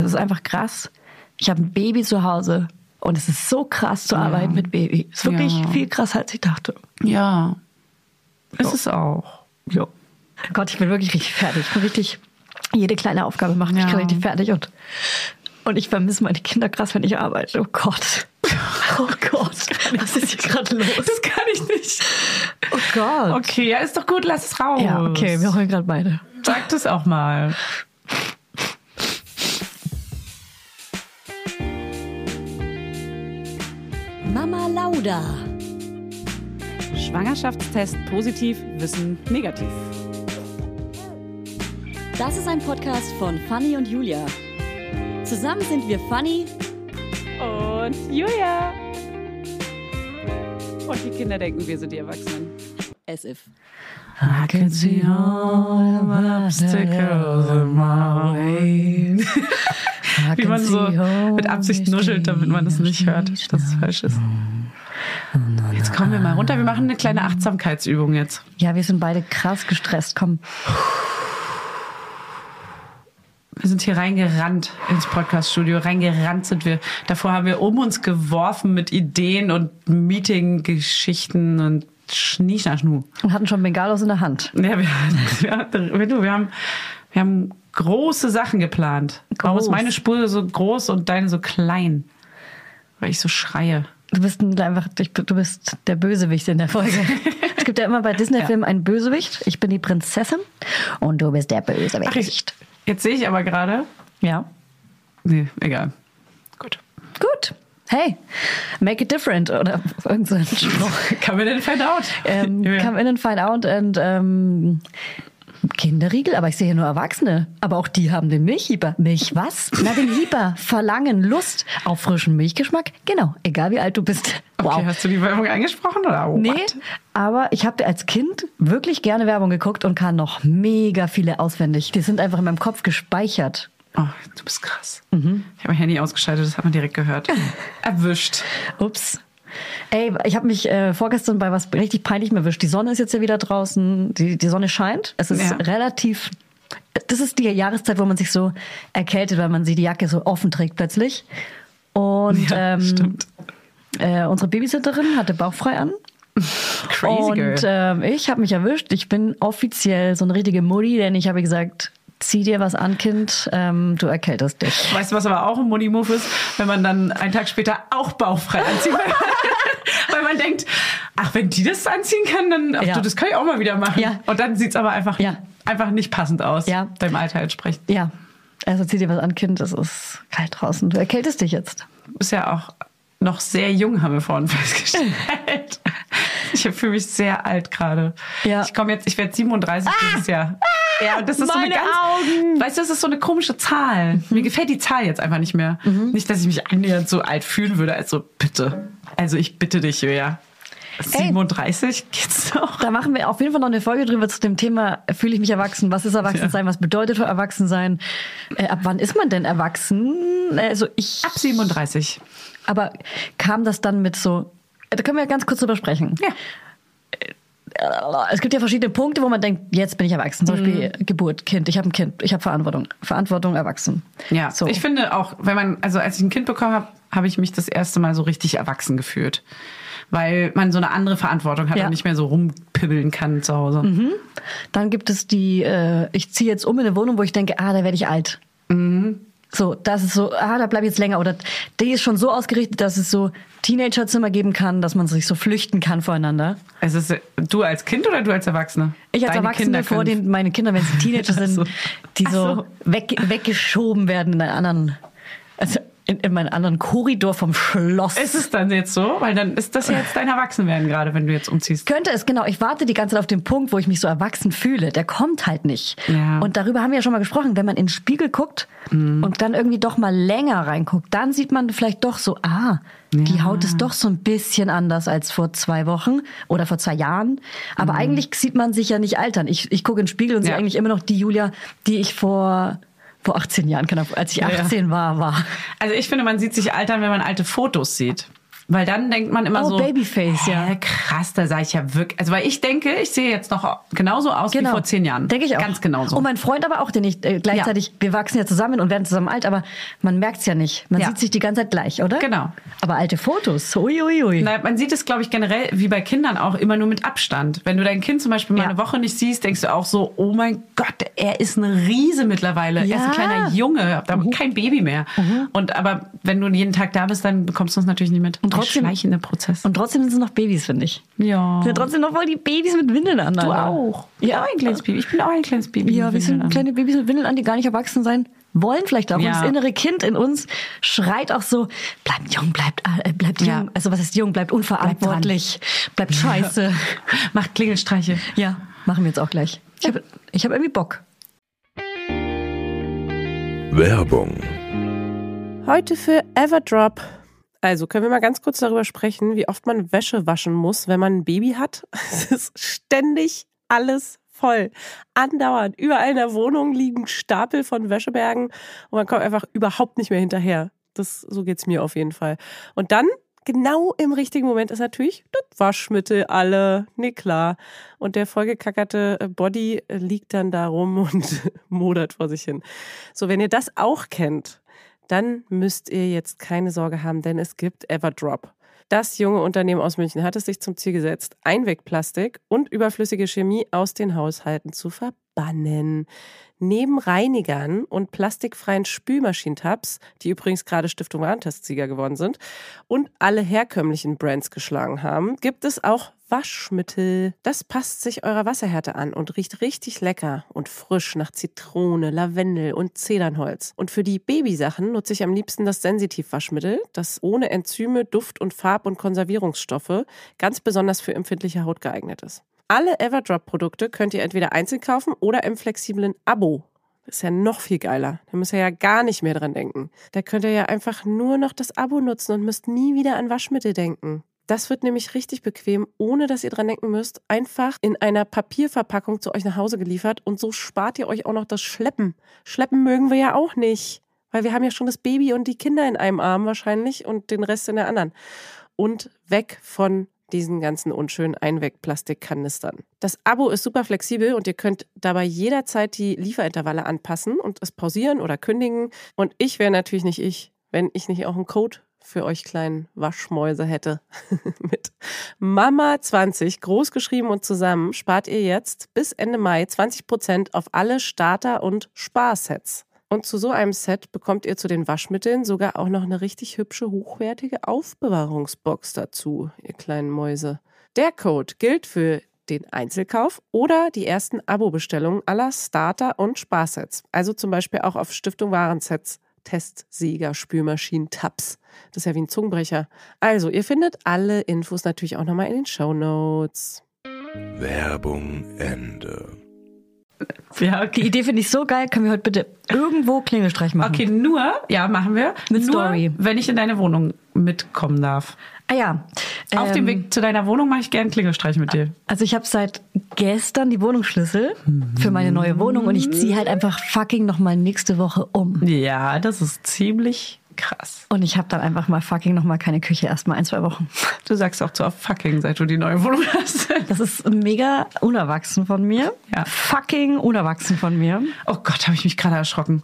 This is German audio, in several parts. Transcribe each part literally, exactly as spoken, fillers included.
Das ist einfach krass. Ich habe ein Baby zu Hause und es ist so krass zu arbeiten ja. mit Baby. Es ist wirklich ja. viel krasser, als ich dachte. Ja, ist so. es auch. Ja. Gott, ich bin wirklich richtig fertig. Ich bin richtig, jede kleine Aufgabe macht mich ja. richtig fertig und, und ich vermisse meine Kinder krass, wenn ich arbeite. Oh Gott. Oh Gott, was ist hier gerade los? Das kann ich nicht. Oh Gott. Okay, ja, ist doch gut, lass es raus. Ja, okay, wir heulen gerade beide. Sag das auch mal. Mama Lauda. Schwangerschaftstest positiv, Wissen negativ. Das ist ein Podcast von Fanny und Julia. Zusammen sind wir Fanny und Julia. Und die Kinder denken, wir sind die Erwachsenen. As if. I can see all the obstacles in my way. Wie man so mit Absicht nuschelt, damit man das nicht hört, dass es falsch ist. Jetzt kommen wir mal runter. Wir machen eine kleine Achtsamkeitsübung jetzt. Ja, wir sind beide krass gestresst. Komm. Wir sind hier reingerannt ins Podcaststudio. Reingerannt sind wir. Davor haben wir um uns geworfen mit Ideen und Meeting-Geschichten und Schnieschnaschnu. Und hatten schon Bengalos in der Hand. Ja, wir, wir, wir, haben, wir haben große Sachen geplant. Groß. Warum ist meine Spur so groß und deine so klein? Weil ich so schreie. Du bist ein, einfach, du bist der Bösewicht in der Folge. Es gibt ja immer bei Disney-Filmen ja. einen Bösewicht. Ich bin die Prinzessin und du bist der Bösewicht. Ach, ich, jetzt sehe ich aber gerade. Ja. Nee, egal. Gut. Gut. Hey, make it different oder irgend so ein Spruch. Come in and find out. Ähm, ja. Come in and find out and ähm, Kinderriegel, aber ich sehe hier nur Erwachsene. Aber auch die haben den Milchhieber. Milch was? Na, den Hieber. Verlangen, Lust auf frischen Milchgeschmack. Genau, egal wie alt du bist. Wow. Okay, hast du die Werbung angesprochen oder what? Nee, aber ich habe als Kind wirklich gerne Werbung geguckt und kann noch mega viele auswendig. Die sind einfach in meinem Kopf gespeichert. Oh, du bist krass. Mhm. Ich habe mein Handy ausgeschaltet, das hat man direkt gehört. Erwischt. Ups. Ey, ich habe mich äh, vorgestern bei was richtig Peinlichem erwischt. Die Sonne ist jetzt ja wieder draußen, die, die Sonne scheint. Es ist ja. relativ, das ist die Jahreszeit, wo man sich so erkältet, weil man sie die Jacke so offen trägt plötzlich. Und ja, ähm, stimmt. Äh, unsere Babysitterin hatte bauchfrei an. Crazy und girl. Äh, ich habe mich erwischt. Ich bin offiziell so eine richtige Mutti, denn ich habe gesagt, zieh dir was an, Kind, ähm, du erkältest dich. Weißt du, was aber auch ein Money-Move ist? Wenn man dann einen Tag später auch bauchfrei anzieht. Weil man denkt, ach, wenn die das anziehen kann, dann, ach, ja. du, das kann ich auch mal wieder machen. Ja. Und dann sieht es aber einfach, ja. einfach nicht passend aus, ja. deinem Alter entsprechend. Ja, also zieh dir was an, Kind, es ist kalt draußen. Du erkältest dich jetzt. Du bist ja auch noch sehr jung, haben wir vorhin festgestellt. Ich fühle mich sehr alt gerade. Ja. Ich komme jetzt, ich werde siebenunddreißig ah! dieses Jahr. Ja, das ist Meine so eine ganz, Augen. Weißt du, das ist so eine komische Zahl. Mhm. Mir gefällt die Zahl jetzt einfach nicht mehr. Mhm. Nicht, dass ich mich annähernd so alt fühlen würde. Also bitte. Also ich bitte dich, Julia. siebenunddreißig, geht's noch? Da machen wir auf jeden Fall noch eine Folge drüber zu dem Thema, fühle ich mich erwachsen? Was ist Erwachsensein? Ja. Was bedeutet für Erwachsensein? Äh, ab wann ist man denn erwachsen? Also ich... Ab siebenunddreißig. Aber kam das dann mit so... Da können wir ganz kurz drüber sprechen. Ja. Es gibt ja verschiedene Punkte, wo man denkt, jetzt bin ich erwachsen. Zum Beispiel mhm. Geburt, Kind. Ich habe ein Kind, ich habe Verantwortung. Verantwortung, erwachsen. Ja, so. Ich finde auch, wenn man, also als ich ein Kind bekommen habe, habe ich mich das erste Mal so richtig erwachsen gefühlt. Weil man so eine andere Verantwortung hat ja. und nicht mehr so rumpibbeln kann zu Hause. Mhm. Dann gibt es die, äh, ich ziehe jetzt um in eine Wohnung, wo ich denke, ah, da werde ich alt. Mhm. So, das ist so, ah, da bleibe ich jetzt länger. Oder die ist schon so ausgerichtet, dass es so Teenagerzimmer geben kann, dass man sich so flüchten kann voreinander. Also ist du als Kind oder du als Erwachsene? Ich als Deine Erwachsene Kinder vor den, meine Kinder, wenn sie Teenager sind, so. die so, so. Weg, weggeschoben werden in einen anderen, also in, in meinen anderen Korridor vom Schloss. Ist es dann jetzt so? Weil dann ist das ja jetzt dein Erwachsenwerden gerade, wenn du jetzt umziehst. Könnte es, genau. Ich warte die ganze Zeit auf den Punkt, wo ich mich so erwachsen fühle. Der kommt halt nicht. Ja. Und darüber haben wir ja schon mal gesprochen. Wenn man in den Spiegel guckt mhm. und dann irgendwie doch mal länger reinguckt, dann sieht man vielleicht doch so, ah, ja. die Haut ist doch so ein bisschen anders als vor zwei Wochen oder vor zwei Jahren. Aber mhm. eigentlich sieht man sich ja nicht altern. Ich, ich gucke in den Spiegel und ja. sehe eigentlich immer noch die Julia, die ich vor... Vor achtzehn Jahren, als ich achtzehn ja, ja. war, war. Also ich finde, man sieht sich altern, wenn man alte Fotos sieht. Weil dann denkt man immer oh, so, Babyface, hä, ja. krass, da sah ich ja wirklich, also weil ich denke, ich sehe jetzt noch genauso aus genau. wie vor zehn Jahren. Denke ich auch. Ganz genauso. Und mein Freund aber auch, den ich äh, gleichzeitig, ja. wir wachsen ja zusammen und werden zusammen alt, aber man merkt es ja nicht. Man ja. sieht sich die ganze Zeit gleich, oder? Genau. Aber alte Fotos, uiuiui. Ui. Na, man sieht es, glaube ich, generell wie bei Kindern auch immer nur mit Abstand. Wenn du dein Kind zum Beispiel mal ja. eine Woche nicht siehst, denkst du auch so, oh mein Gott, er ist eine Riese mittlerweile. Ja. Er ist ein kleiner Junge, aber uh-huh. kein Baby mehr. Uh-huh. Und aber wenn du jeden Tag da bist, dann bekommst du es natürlich nicht mit. Und trotzdem, schleichende Prozess. Und trotzdem sind es noch Babys, finde ich. Ja. Sind trotzdem noch voll die Babys mit Windeln an. Du Alter. auch. Ja, ein kleines Baby. Ich bin auch ein kleines Baby. Ja, wir sind kleine Babys mit Windeln an, die gar nicht erwachsen sein wollen vielleicht auch. Ja. Und das innere Kind in uns schreit auch so, bleibt jung, bleibt, äh, bleibt ja. jung. Also was heißt jung? Bleibt unverantwortlich, bleibt, bleibt scheiße. Macht Klingelstreiche. Ja, machen wir jetzt auch gleich. Ich habe ich hab irgendwie Bock. Werbung. Heute für Everdrop. Also können wir mal ganz kurz darüber sprechen, wie oft man Wäsche waschen muss, wenn man ein Baby hat. Es ist ständig alles voll. Andauernd. Überall in der Wohnung liegen Stapel von Wäschebergen und man kommt einfach überhaupt nicht mehr hinterher. Das, so geht's mir auf jeden Fall. Und dann, genau im richtigen Moment, ist natürlich das Waschmittel alle. Nee, klar. Und der vollgekackerte Body liegt dann da rum und modert vor sich hin. So, wenn ihr das auch kennt, dann müsst ihr jetzt keine Sorge haben, denn es gibt Everdrop. Das junge Unternehmen aus München hat es sich zum Ziel gesetzt, Einwegplastik und überflüssige Chemie aus den Haushalten zu verbannen. Neben Reinigern und plastikfreien Spülmaschinentabs, die übrigens gerade Stiftung Warentest-Sieger geworden sind und alle herkömmlichen Brands geschlagen haben, gibt es auch Waschmittel. Das passt sich eurer Wasserhärte an und riecht richtig lecker und frisch nach Zitrone, Lavendel und Zedernholz. Und für die Babysachen nutze ich am liebsten das Sensitiv-Waschmittel, das ohne Enzyme, Duft- und Farb- und Konservierungsstoffe ganz besonders für empfindliche Haut geeignet ist. Alle Everdrop-Produkte könnt ihr entweder einzeln kaufen oder im flexiblen Abo. Das ist ja noch viel geiler. Da müsst ihr ja gar nicht mehr dran denken. Da könnt ihr ja einfach nur noch das Abo nutzen und müsst nie wieder an Waschmittel denken. Das wird nämlich richtig bequem, ohne dass ihr dran denken müsst, einfach in einer Papierverpackung zu euch nach Hause geliefert und so spart ihr euch auch noch das Schleppen. Schleppen mögen wir ja auch nicht, weil wir haben ja schon das Baby und die Kinder in einem Arm wahrscheinlich und den Rest in der anderen. Und weg von diesen ganzen unschönen Einwegplastikkanistern. Das Abo ist super flexibel und ihr könnt dabei jederzeit die Lieferintervalle anpassen und es pausieren oder kündigen. Und ich wäre natürlich nicht ich, wenn ich nicht auch einen Code für euch kleinen Waschmäuse hätte. Mit Mama zwanzig, großgeschrieben und zusammen, spart ihr jetzt bis Ende Mai zwanzig Prozent auf alle Starter- und Sparsets. Und zu so einem Set bekommt ihr zu den Waschmitteln sogar auch noch eine richtig hübsche, hochwertige Aufbewahrungsbox dazu, ihr kleinen Mäuse. Der Code gilt für den Einzelkauf oder die ersten Abo-Bestellungen aller Starter- und Sparsets. Also zum Beispiel auch auf Stiftung Warensets, Testsieger, Spülmaschinen, Tabs. Das ist ja wie ein Zungenbrecher. Also, ihr findet alle Infos natürlich auch nochmal in den Shownotes. Werbung Ende. Ja, die Idee finde ich so geil. Können wir heute bitte irgendwo Klingelstreich machen? Okay, nur, ja, machen wir. Mit nur, Story. Wenn ich in deine Wohnung mitkommen darf. Ah ja. Auf ähm, dem Weg zu deiner Wohnung mache ich gerne Klingelstreich mit dir. Also ich habe seit gestern die Wohnungsschlüssel für meine neue Wohnung und ich ziehe halt einfach fucking nochmal nächste Woche um. Ja, das ist ziemlich krass. Und ich habe dann einfach mal fucking nochmal keine Küche, erstmal ein, zwei Wochen. Du sagst auch zu oft fucking, seit du die neue Wohnung hast. Das ist mega unerwachsen von mir. Ja. Fucking unerwachsen von mir. Oh Gott, habe ich mich gerade erschrocken.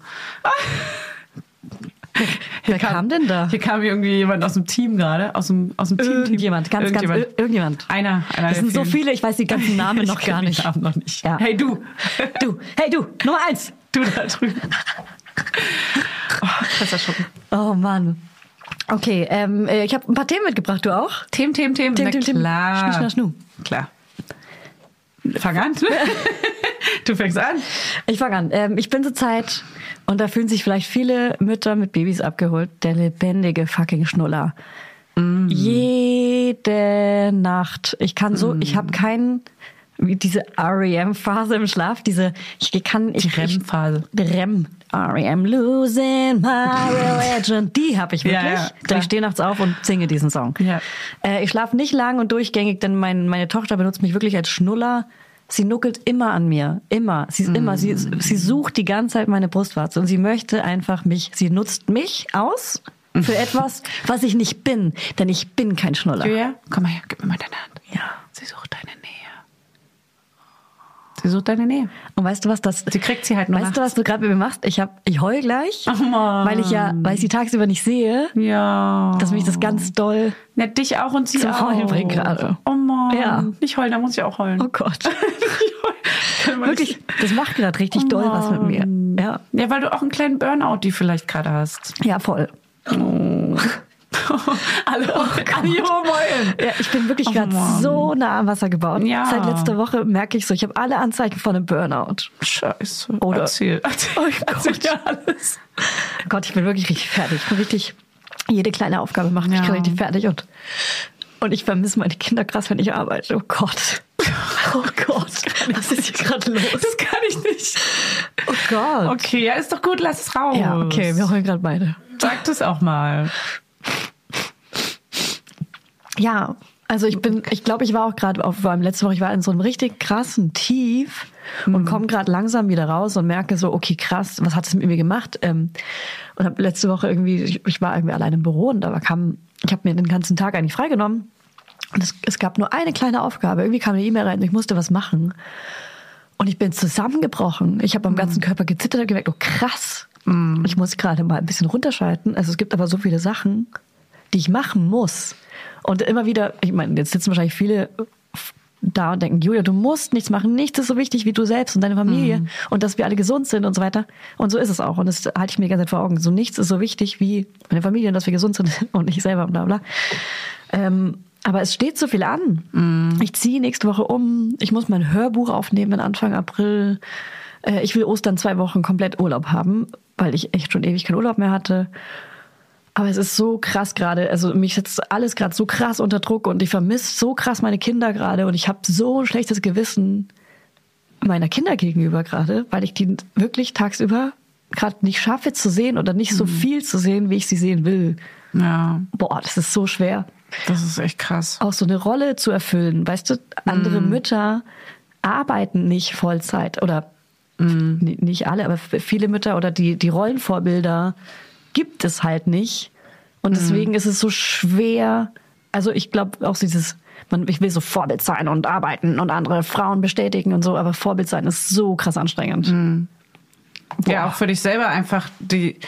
Wer kam, kam denn da? Hier kam irgendwie jemand aus dem Team gerade, aus dem, aus dem Team. Irgendjemand, ganz, irgendjemand. ganz, irgendjemand. Einer, einer. Das sind so viele, ich weiß die ganzen Namen noch gar nicht. Ich Namen noch nicht. Ja. Hey du. Du, hey du, Nummer eins. Du da drüben. Oh, das ist erschrocken. Oh Mann. Okay, ähm, ich habe ein paar Themen mitgebracht, du auch? Themen, Themen, Themen. Themen, Na Themen, klar. Schnisch, schnasch, schnu. Klar. Fang an. Du fängst an. Ich fange an. Ähm, ich bin zurzeit, und da fühlen sich vielleicht viele Mütter mit Babys abgeholt, der lebendige fucking Schnuller. Mm. Jede Nacht. Ich kann so, mm. ich habe keinen, wie diese R E M-Phase im Schlaf, diese, ich kann, ich, die R E M-Phase. R E M. R E M losing my religion. Die habe ich wirklich. Ja, ja, denn ich stehe nachts auf und singe diesen Song. Ja. Äh, ich schlafe nicht lang und durchgängig, denn mein, meine Tochter benutzt mich wirklich als Schnuller. Sie nuckelt immer an mir. Immer. Sie ist mm. immer, sie, sie sucht die ganze Zeit meine Brustwarze und sie möchte einfach mich, sie nutzt mich aus Für etwas, was ich nicht bin. Denn ich bin kein Schnuller. Julia, komm mal her, gib mir mal deine Hand. Ja. Sie sucht deine Nähe. Sie sucht deine Nähe. Und weißt du was, das... Sie kriegt sie halt nur Weißt nachts. du, was du gerade mit mir machst? Ich hab, ich heul gleich, Oh Mann. weil ich ja, weil ich sie tagsüber nicht sehe, Ja. dass mich das ganz doll... Ja, dich auch und sie Zum auch. Heulen bringt gerade. Oh Mann. Ja. Nicht heulen, da muss ich auch heulen. Oh Gott. Ich kann immer Wirklich, nicht- das macht gerade richtig Oh doll was mit mir. Mann. Ja, Ja, weil du auch einen kleinen Burnout, die vielleicht gerade hast. ja voll. alle alle hier heulen. Ja, ich bin wirklich Oh gerade Mann. so nah am Wasser gebaut. Ja. Seit letzter Woche merke ich so, ich habe alle Anzeichen von einem Burnout. Scheiße. Oder- Erzähl. Erzähl, Oh erzähl Gott. dir alles. Gott, ich bin wirklich richtig fertig. Ich bin richtig, jede kleine Aufgabe macht mich Ja. gerade richtig fertig und, und ich vermisse meine Kinder krass, wenn ich arbeite. Oh Gott. Oh Gott. Was ist hier gerade los? Das kann ich nicht. Oh Gott. Okay, ja, ist doch gut, lass es raus. Ja, okay, wir heulen gerade beide. Sag das auch mal. Ja, also ich bin, ich glaube, ich war auch gerade auf, vor allem letzte Woche, ich war in so einem richtig krassen Tief und komme gerade langsam wieder raus und merke so, okay, krass, was hat es mit mir gemacht? Ähm, und habe letzte Woche irgendwie, ich, ich war irgendwie allein im Büro und da kam, ich habe mir den ganzen Tag eigentlich freigenommen und es, es gab nur eine kleine Aufgabe. Irgendwie kam eine E-Mail rein und ich musste was machen. Und ich bin zusammengebrochen. Ich habe am ganzen Körper gezittert und gemerkt, oh krass, ich muss gerade mal ein bisschen runterschalten. Also es gibt aber so viele Sachen, die ich machen muss. Und immer wieder, ich meine, jetzt sitzen wahrscheinlich viele da und denken, Julia, du musst nichts machen, nichts ist so wichtig wie du selbst und deine Familie mhm. und dass wir alle gesund sind und so weiter. Und so ist es auch. Und das halte ich mir die ganze Zeit vor Augen. So nichts ist so wichtig wie meine Familie und dass wir gesund sind und ich selber und bla bla. Ähm, aber es steht so viel an. Mhm. Ich ziehe nächste Woche um. Ich muss mein Hörbuch aufnehmen Anfang April. Äh, ich will Ostern zwei Wochen komplett Urlaub haben, weil ich echt schon ewig keinen Urlaub mehr hatte. Aber es ist so krass gerade, also mich setzt alles gerade so krass unter Druck und ich vermisse so krass meine Kinder gerade und ich habe so ein schlechtes Gewissen meiner Kinder gegenüber gerade, weil ich die wirklich tagsüber gerade nicht schaffe zu sehen oder nicht so mhm. viel zu sehen, wie ich sie sehen will. Ja. Boah, das ist so schwer. Das ist echt krass. Auch so eine Rolle zu erfüllen. Weißt du, andere mhm. Mütter arbeiten nicht Vollzeit oder mhm. nicht alle, aber viele Mütter oder die, die Rollenvorbilder gibt es halt nicht. Und deswegen mhm. ist es so schwer. Also ich glaube auch dieses, man, ich will so Vorbild sein und arbeiten und andere Frauen bestätigen und so, aber Vorbild sein ist so krass anstrengend. Mhm. Ja, auch für dich selber einfach die,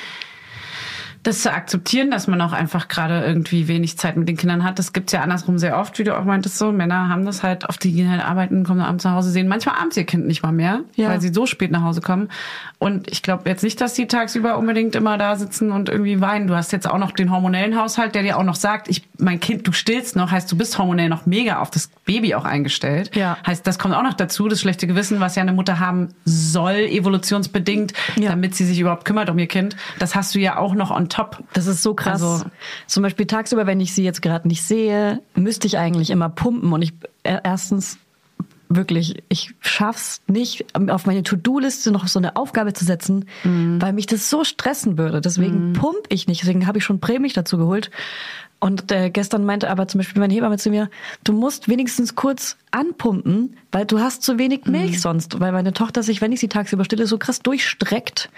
das zu akzeptieren, dass man auch einfach gerade irgendwie wenig Zeit mit den Kindern hat. Das gibt's ja andersrum sehr oft, wie du auch meintest, so Männer haben das halt, oft die gehen halt arbeiten, kommen abends nach Hause, sehen manchmal abends ihr Kind nicht mal mehr, ja. weil sie so spät nach Hause kommen. Und ich glaube jetzt nicht, dass die tagsüber unbedingt immer da sitzen und irgendwie weinen. Du hast jetzt auch noch den hormonellen Haushalt, der dir auch noch sagt, ich, mein Kind, du stillst noch, heißt, du bist hormonell noch mega auf das Baby auch eingestellt. Ja. Heißt, das kommt auch noch dazu, das schlechte Gewissen, was ja eine Mutter haben soll, evolutionsbedingt, ja. damit sie sich überhaupt kümmert um ihr Kind. Das hast du ja auch noch on top. Das ist so krass. Also, zum Beispiel tagsüber, wenn ich sie jetzt gerade nicht sehe, müsste ich eigentlich immer pumpen. Und ich erstens wirklich, ich schaff's nicht, auf meine To-Do-Liste noch so eine Aufgabe zu setzen, mhm. weil mich das so stressen würde. Deswegen mhm. pump ich nicht. Deswegen habe ich schon Prämilch dazu geholt. Und äh, gestern meinte aber zum Beispiel meine Hebamme zu mir, du musst wenigstens kurz anpumpen, weil du hast zu wenig Milch mhm. sonst. Weil meine Tochter sich, wenn ich sie tagsüber stille, so krass durchstreckt,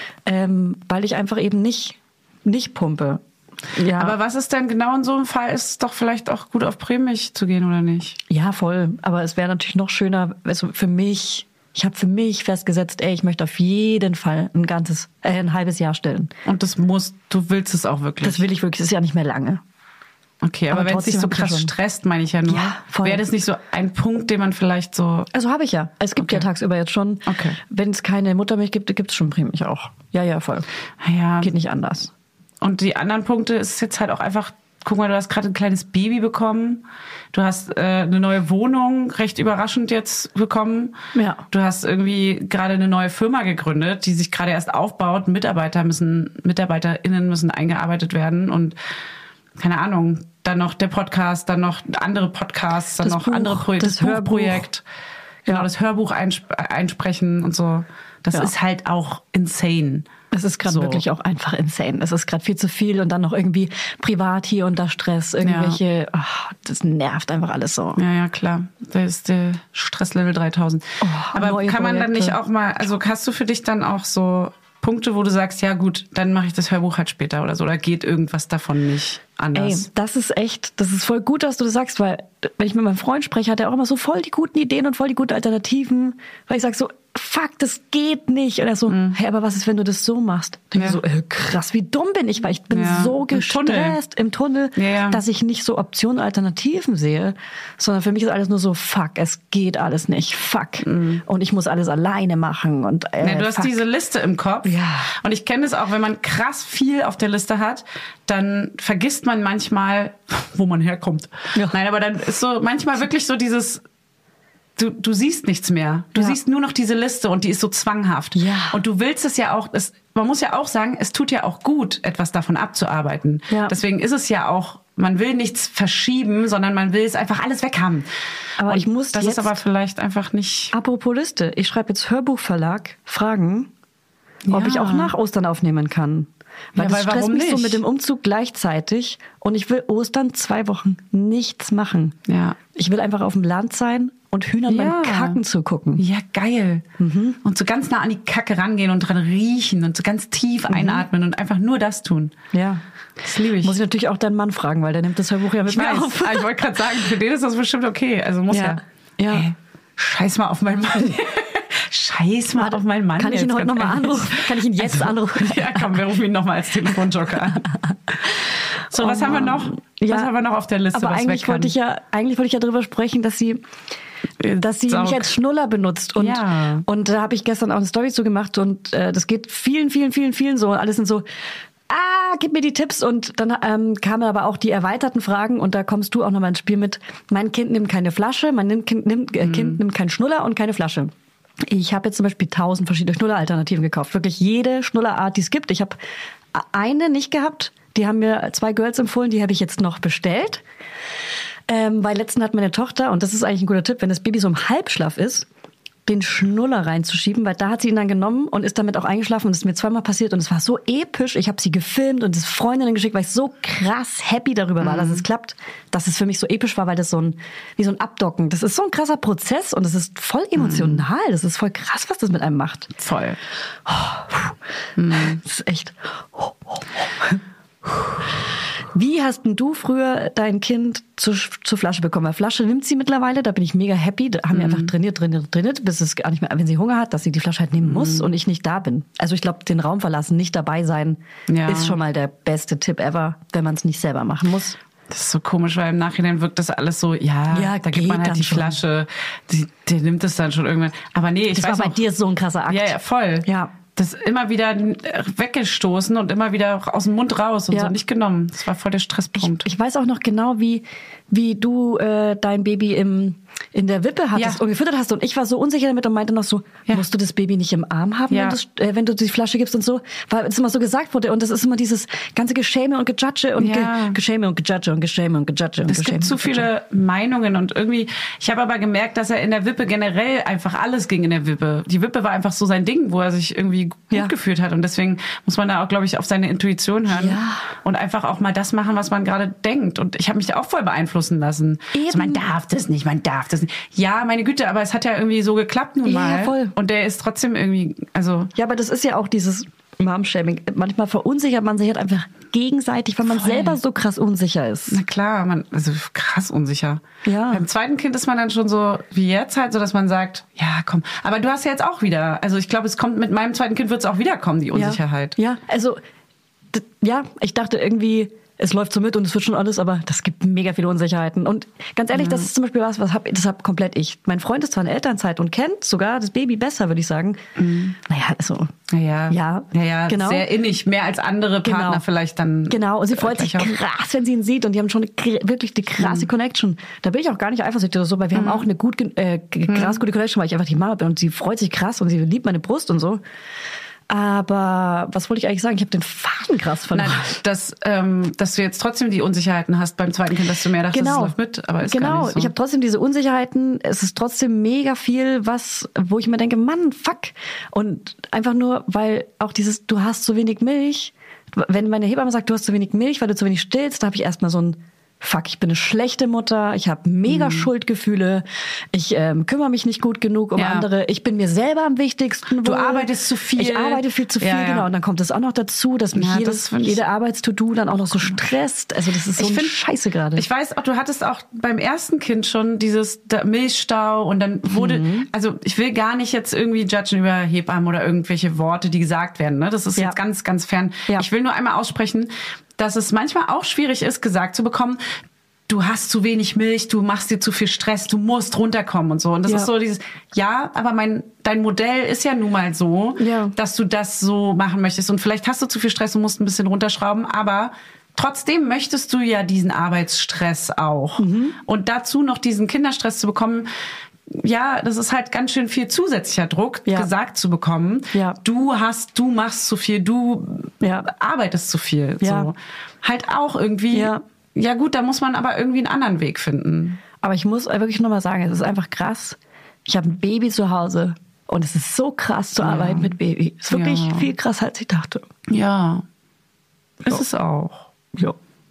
ähm, weil ich einfach eben nicht nicht pumpe. Ja. Aber was ist denn genau in so einem Fall? Ist es doch vielleicht auch gut, auf Prämilch zu gehen, oder nicht? Ja, voll. Aber es wäre natürlich noch schöner, also für mich, ich habe für mich festgesetzt, ey, ich möchte auf jeden Fall ein ganzes, äh, ein halbes Jahr stillen. Und das musst, du willst es auch wirklich? Das will ich wirklich, das ist ja nicht mehr lange. Okay, aber, aber wenn es dich so krass stresst, meine ich ja nur, ja, wäre das nicht so ein Punkt, den man vielleicht so... Also habe ich ja. Es gibt okay. ja tagsüber jetzt schon. Okay. Wenn es keine Muttermilch gibt, gibt es schon Prämilch auch. Ja, ja, voll. Ja. Geht nicht anders. Und die anderen Punkte ist jetzt halt auch einfach, guck mal, du hast gerade ein kleines Baby bekommen. Du hast äh, eine neue Wohnung, recht überraschend jetzt bekommen. Ja. Du hast irgendwie gerade eine neue Firma gegründet, die sich gerade erst aufbaut. Mitarbeiter müssen, MitarbeiterInnen müssen eingearbeitet werden und keine Ahnung, dann noch der Podcast, dann noch andere Podcasts, dann das noch Buch, andere Projekte, das, das Hörprojekt. Genau, ja. das Hörbuch einsp- einsprechen und so. Das ja. ist halt auch insane. Es ist gerade so. wirklich auch einfach insane. Es ist gerade viel zu viel und dann noch irgendwie privat hier und da Stress, irgendwelche, ja. oh, das nervt einfach alles so. Ja, ja, klar. Das ist der Stresslevel dreitausend. Oh, aber kann man Projekte. dann nicht auch mal, also hast du für dich dann auch so Punkte, wo du sagst, ja gut, dann mache ich das Hörbuch halt später oder so, oder geht irgendwas davon nicht anders? Ey, das ist echt, das ist voll gut, dass du das sagst, weil wenn ich mit meinem Freund spreche, hat er auch immer so voll die guten Ideen und voll die guten Alternativen, weil ich sage so, fuck, das geht nicht. Und er so, mhm. hey, aber was ist, wenn du das so machst? Ich denke ja. so, äh, krass, wie dumm bin ich, weil ich bin ja. so gestresst im Tunnel, im Tunnel ja, ja. dass ich nicht so Optionen, Alternativen sehe, sondern für mich ist alles nur so, fuck, es geht alles nicht, fuck. Mhm. Und ich muss alles alleine machen. Und äh, ja, du hast fuck. diese Liste im Kopf. Ja. Und ich kenne es auch, wenn man krass viel auf der Liste hat, dann vergisst man manchmal, wo man herkommt. Ja. Nein, aber dann ist so manchmal wirklich so dieses... Du, du siehst nichts mehr. Du ja. siehst nur noch diese Liste und die ist so zwanghaft. Ja. Und du willst es ja auch, es, man muss ja auch sagen, es tut ja auch gut, etwas davon abzuarbeiten. Ja. Deswegen ist es ja auch, man will nichts verschieben, sondern man will es einfach alles weghaben. Aber und ich muss das jetzt, ist aber vielleicht einfach nicht... Apropos Liste, ich schreibe jetzt Hörbuchverlag, Fragen, ja. ob ich auch nach Ostern aufnehmen kann. Weil ja, das weil stresst warum mich nicht? so mit dem Umzug gleichzeitig und ich will Ostern zwei Wochen nichts machen. Ja. Ich will einfach auf dem Land sein und Hühnern Ja. beim Kacken zugucken. Ja, geil. Mhm. Und so ganz nah an die Kacke rangehen und dran riechen und so ganz tief Mhm. einatmen und einfach nur das tun. Ja. Das liebe ich. Muss ich natürlich auch deinen Mann fragen, weil der nimmt das Hörbuch ja mit Ich mir weiß. auf. Ah, ich wollte gerade sagen, für den ist das bestimmt okay. Also muss ja. Ja. Ja. Ey, scheiß mal auf meinen Mann. Scheiß mal Warte, auf meinen Mann. Kann ich ihn jetzt, heute ganz nochmal ehrlich. anrufen? Kann ich ihn jetzt Also, anrufen? Ja, komm, wir rufen ihn nochmal als Telefonjoker an. So, Oh was haben wir Mann. noch? Ja. Was haben wir noch auf der Liste, Aber was eigentlich weg kann? wollte ich ja, eigentlich wollte ich ja darüber sprechen, dass sie, dass sie Saug. mich als Schnuller benutzt. Und, Ja. und da habe ich gestern auch eine Story zu gemacht und äh, das geht vielen, vielen, vielen, vielen so. Und alle sind so, ah, gib mir die Tipps. Und dann ähm, kamen aber auch die erweiterten Fragen und da kommst du auch nochmal ins Spiel mit, mein Kind nimmt keine Flasche, mein Kind nimmt, äh, Kind nimmt keinen Schnuller und keine Flasche. Ich habe jetzt zum Beispiel tausend verschiedene Schnulleralternativen gekauft. Wirklich jede Schnullerart, die es gibt. Ich habe eine nicht gehabt. Die haben mir zwei Girls empfohlen, die habe ich jetzt noch bestellt. Ähm, weil letztens hat meine Tochter, und das ist eigentlich ein guter Tipp, wenn das Baby so im Halbschlaf ist, den Schnuller reinzuschieben, weil da hat sie ihn dann genommen und ist damit auch eingeschlafen und das ist mir zweimal passiert und es war so episch. Ich habe sie gefilmt und es Freundinnen geschickt, weil ich so krass happy darüber war, mhm. dass es klappt, dass es für mich so episch war, weil das so ein, wie so ein Abdocken, das ist so ein krasser Prozess und es ist voll emotional, das ist voll krass, was das mit einem macht. Voll. Oh, mhm. Das ist echt... Oh, oh, oh. Wie hast denn du früher dein Kind zur, zur Flasche bekommen? Weil Flasche nimmt sie mittlerweile, da bin ich mega happy. Da haben wir einfach trainiert, trainiert, trainiert, bis es gar nicht mehr, wenn sie Hunger hat, dass sie die Flasche halt nehmen muss und ich nicht da bin. Also ich glaube, den Raum verlassen, nicht dabei sein, Ja. ist schon mal der beste Tipp ever, wenn man es nicht selber machen muss. Das ist so komisch, weil im Nachhinein wirkt das alles so, ja, Ja, da gibt geht man halt dann die schon. Flasche, die, der nimmt es dann schon irgendwann. Aber nee, ich Das weiß war bei noch, dir so ein krasser Akt. Ja, ja, voll. Ja. Das immer wieder weggestoßen und immer wieder aus dem Mund raus und Ja. so nicht genommen. Das war voll der Stresspunkt. Ich, ich weiß auch noch genau, wie, wie du äh, dein Baby im, in der Wippe hattest Ja. und gefüttert hast. Und ich war so unsicher damit und meinte noch so, Ja. musst du das Baby nicht im Arm haben, Ja. wenn, du's, äh, wenn du die Flasche gibst und so? Weil es immer so gesagt wurde. Und das ist immer dieses ganze Geschäme und Gejudge und Ja. Ge Geschäme und Gejudge und Geschäme und Gejudge und Es Geschäme. gibt zu und Gejudge. viele Meinungen und irgendwie, ich habe aber gemerkt, dass er in der Wippe generell einfach alles ging in der Wippe. Die Wippe war einfach so sein Ding, wo er sich irgendwie gut Ja. gefühlt hat und deswegen muss man da auch, glaube ich, auf seine Intuition hören Ja. und einfach auch mal das machen, was man gerade denkt. Und ich habe mich da auch voll beeinflussen lassen. Eben. So, man darf das nicht, man darf das nicht. Ja, meine Güte, aber es hat ja irgendwie so geklappt nun Ja, mal. ja, voll. Und der ist trotzdem irgendwie, also Ja, aber das ist ja auch dieses Mom-Shaming. Manchmal verunsichert man sich halt einfach gegenseitig, weil man Voll. selber so krass unsicher ist. na klar, man, also krass unsicher. Ja. Beim zweiten Kind ist man dann schon so wie jetzt halt, so dass man sagt, ja komm. Aber du hast ja jetzt auch wieder, also ich glaube, es kommt mit meinem zweiten Kind wird es auch wiederkommen, die Unsicherheit. Ja, ja. Also d- ja, ich dachte irgendwie, es läuft so mit und es wird schon alles, aber das gibt mega viele Unsicherheiten. Und ganz ehrlich, das ist zum Beispiel was, was hab, das hab komplett ich. Mein Freund ist zwar in Elternzeit und kennt sogar das Baby besser, würde ich sagen. Mhm. Naja, also Ja, Ja, ja, ja, genau. sehr innig, mehr als andere Partner Genau. vielleicht dann. Genau, und sie freut sich gleich auch. krass, wenn sie ihn sieht und die haben schon eine, kr- wirklich eine krasse Mhm. Connection. Da bin ich auch gar nicht eifersüchtig oder so, weil wir haben auch eine gut, ge- äh, g- krass gute Connection, weil ich einfach die Mama bin und sie freut sich krass und sie liebt meine Brust und so. Aber was wollte ich eigentlich sagen? Ich habe den Faden krass verloren. Nein, dass, ähm, dass du jetzt trotzdem die Unsicherheiten hast beim zweiten Kind, dass du mehr dachtest, es Genau, läuft mit, aber ist genau. gar nicht so. Ich habe trotzdem diese Unsicherheiten. Es ist trotzdem mega viel, was, wo ich mir denke, Mann, fuck. Und einfach nur, weil auch dieses, du hast zu wenig Milch. Wenn meine Hebamme sagt, du hast zu wenig Milch, weil du zu wenig stillst, da habe ich erstmal so ein fuck, ich bin eine schlechte Mutter, ich habe mega mhm. Schuldgefühle, ich ähm, kümmere mich nicht gut genug um ja. andere, ich bin mir selber am wichtigsten. Du wohl. arbeitest zu viel. Ich arbeite viel zu viel, ja, ja. genau. Und dann kommt es auch noch dazu, dass mich ja, jedes, das jede Arbeits-To-Do dann auch noch so stresst. Also das ist so ich eine find, Scheiße gerade. Ich weiß auch, du hattest auch beim ersten Kind schon dieses Milchstau und dann wurde, mhm. also ich will gar nicht jetzt irgendwie judgen über Hebammen oder irgendwelche Worte, die gesagt werden. Ne? Das ist ja. jetzt ganz, ganz fern. Ja. Ich will nur einmal aussprechen, dass es manchmal auch schwierig ist, gesagt zu bekommen, du hast zu wenig Milch, du machst dir zu viel Stress, du musst runterkommen und so. Und das ja. ist so dieses, ja, aber mein dein Modell ist ja nun mal so, ja. dass du das so machen möchtest. Und vielleicht hast du zu viel Stress und musst ein bisschen runterschrauben, aber trotzdem möchtest du ja diesen Arbeitsstress auch. Mhm. Und dazu noch diesen Kinderstress zu bekommen, ja, das ist halt ganz schön viel zusätzlicher Druck, ja. gesagt zu bekommen. Ja. Du hast, du machst zu viel, du ja. arbeitest zu viel. Ja. So. Halt auch irgendwie, ja. ja gut, da muss man aber irgendwie einen anderen Weg finden. Aber ich muss wirklich nochmal sagen, es ist einfach krass. Ich habe ein Baby zu Hause und es ist so krass zu ja. arbeiten mit Baby. Es ist wirklich ja. viel krasser, als ich dachte. Ja, ja. ist es auch. Ja.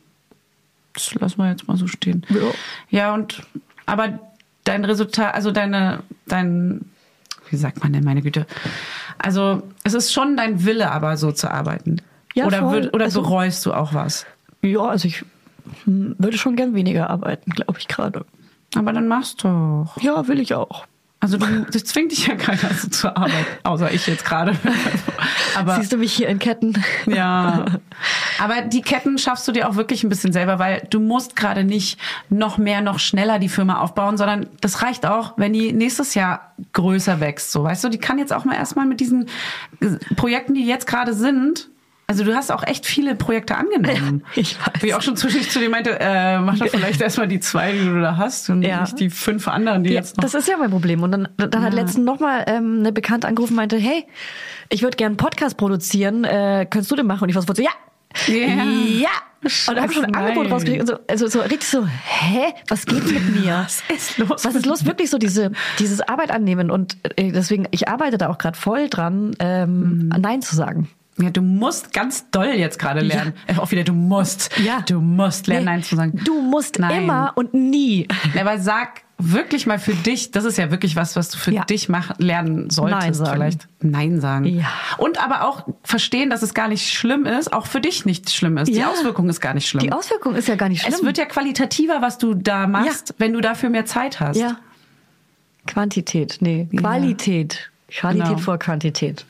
Das lassen wir jetzt mal so stehen. Ja, ja und, aber dein Resultat, also deine, dein, wie sagt man denn, meine Güte? Also, es ist schon dein Wille, aber so zu arbeiten. Ja, oder voll. Würd, oder also, bereust du auch was? Ja, also ich hm, würde schon gern weniger arbeiten, glaube ich gerade. Aber dann machst du doch. Ja, will ich auch. Also du, das zwingt dich ja keiner so zur Arbeit, außer ich jetzt gerade. Aber siehst du mich hier in Ketten? Ja. Aber die Ketten schaffst du dir auch wirklich ein bisschen selber, weil du musst gerade nicht noch mehr, noch schneller die Firma aufbauen, sondern das reicht auch, wenn die nächstes Jahr größer wächst. So, weißt du, die kann jetzt auch mal erstmal mit diesen Projekten, die jetzt gerade sind. Also du hast auch echt viele Projekte angenommen. Ja, ich weiß. Wie ich auch schon zwischendurch zu dir meinte, äh, mach doch vielleicht erstmal die zwei, die du da hast und ja. nicht die fünf anderen, die ja, jetzt noch... Das ist ja mein Problem. Und dann, dann ja. hat letztens nochmal ähm, eine Bekannte angerufen und meinte, hey, ich würde gerne einen Podcast produzieren, äh, könntest du den machen? Und ich war so, ja, yeah. ja. Scheiße, und da habe ich schon ein Angebot rausgekriegt und so, also so richtig so, hä, was geht mit mir? Was ist los? Was ist los? Wirklich so diese dieses Arbeit annehmen und äh, deswegen, ich arbeite da auch gerade voll dran, ähm, mhm. Nein zu sagen. Ja, du musst ganz doll jetzt gerade lernen. Ja. Auch wieder, du musst. Ja. Du musst lernen, nee, Nein zu sagen. Du musst Nein. immer und nie. Aber sag wirklich mal für dich, das ist ja wirklich was, was du für ja. dich machen, lernen solltest. Nein sagen. Vielleicht Nein sagen. Ja. Und aber auch verstehen, dass es gar nicht schlimm ist, auch für dich nicht schlimm ist. Die ja. Auswirkung ist gar nicht schlimm. Die Auswirkung ist ja gar nicht schlimm. Es wird ja qualitativer, was du da machst, ja. wenn du dafür mehr Zeit hast. Ja. Quantität, nee, Qualität. Ja. Qualität genau. vor Quantität.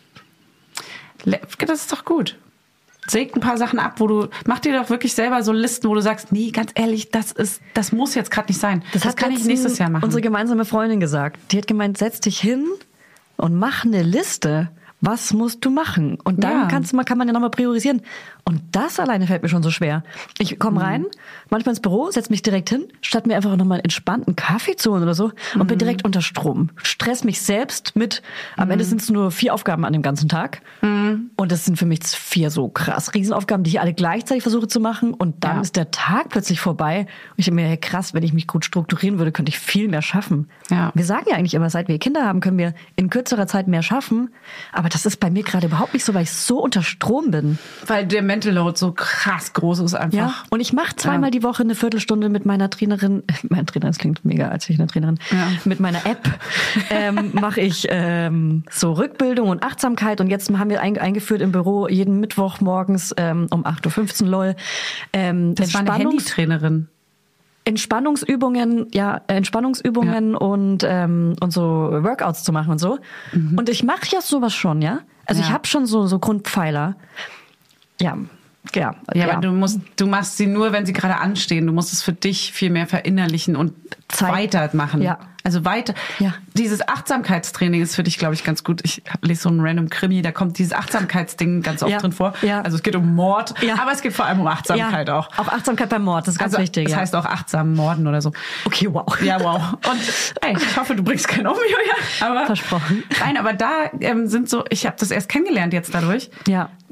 Das ist doch gut. Säg ein paar Sachen ab, wo du, mach dir doch wirklich selber so Listen, wo du sagst, nee, ganz ehrlich, das ist, das muss jetzt gerade nicht sein. Das, das kann ich nächstes Jahr machen. Unsere gemeinsame Freundin gesagt. Die hat gemeint, setz dich hin und mach eine Liste. Was musst du machen? Und dann ja. kannst du mal, kann man ja nochmal priorisieren. Und das alleine fällt mir schon so schwer. Ich komme rein, mhm. manchmal ins Büro, setz mich direkt hin, statt mir einfach nochmal einen entspannten Kaffee zu holen oder so und mhm. bin direkt unter Strom. Stress mich selbst mit, am mhm. Ende sind es nur vier Aufgaben an dem ganzen Tag. Mhm. Und das sind für mich vier so krass Riesenaufgaben, die ich alle gleichzeitig versuche zu machen. Und dann ja. ist der Tag plötzlich vorbei. Und ich denke mir, hey, krass, wenn ich mich gut strukturieren würde, könnte ich viel mehr schaffen. Ja. Wir sagen ja eigentlich immer, seit wir Kinder haben, können wir in kürzerer Zeit mehr schaffen. Aber das ist bei mir gerade überhaupt nicht so, weil ich so unter Strom bin. Weil der Mental Load so krass groß ist einfach. Ja, und ich mache zweimal ja. die Woche eine Viertelstunde mit meiner Trainerin, meine Trainerin, das klingt mega, als ich eine Trainerin, ja. mit meiner App ähm, mache ich ähm, so Rückbildung und Achtsamkeit und jetzt haben wir eingeführt im Büro jeden Mittwoch morgens ähm, um acht Uhr fünfzehn, lol. Ähm, das war eine Handytrainerin. Entspannungsübungen, ja, Entspannungsübungen ja. und ähm, und so Workouts zu machen und so. Mhm. Und ich mache ja sowas schon, ja. Also ja. ich habe schon so so Grundpfeiler. Ja. Ja, ja, ja, aber du musst, du machst sie nur, wenn sie gerade anstehen. Du musst es für dich viel mehr verinnerlichen und Zeit. weitermachen. Ja. Also weiter. Ja. Dieses Achtsamkeitstraining ist für dich, glaube ich, ganz gut. Ich lese so einen random Krimi, da kommt dieses Achtsamkeitsding ganz oft ja. drin vor. Ja. Also es geht um Mord, ja. aber es geht vor allem um Achtsamkeit ja. auch. Auch Achtsamkeit beim Mord, das ist ganz also, wichtig. Das ja. heißt auch achtsam morden oder so. Okay, wow. Ja, wow. Und ey, ich hoffe, du bringst keinen um, Julia. Aber, versprochen. Nein, aber da ähm, sind so, ich habe das erst kennengelernt jetzt dadurch. Ja.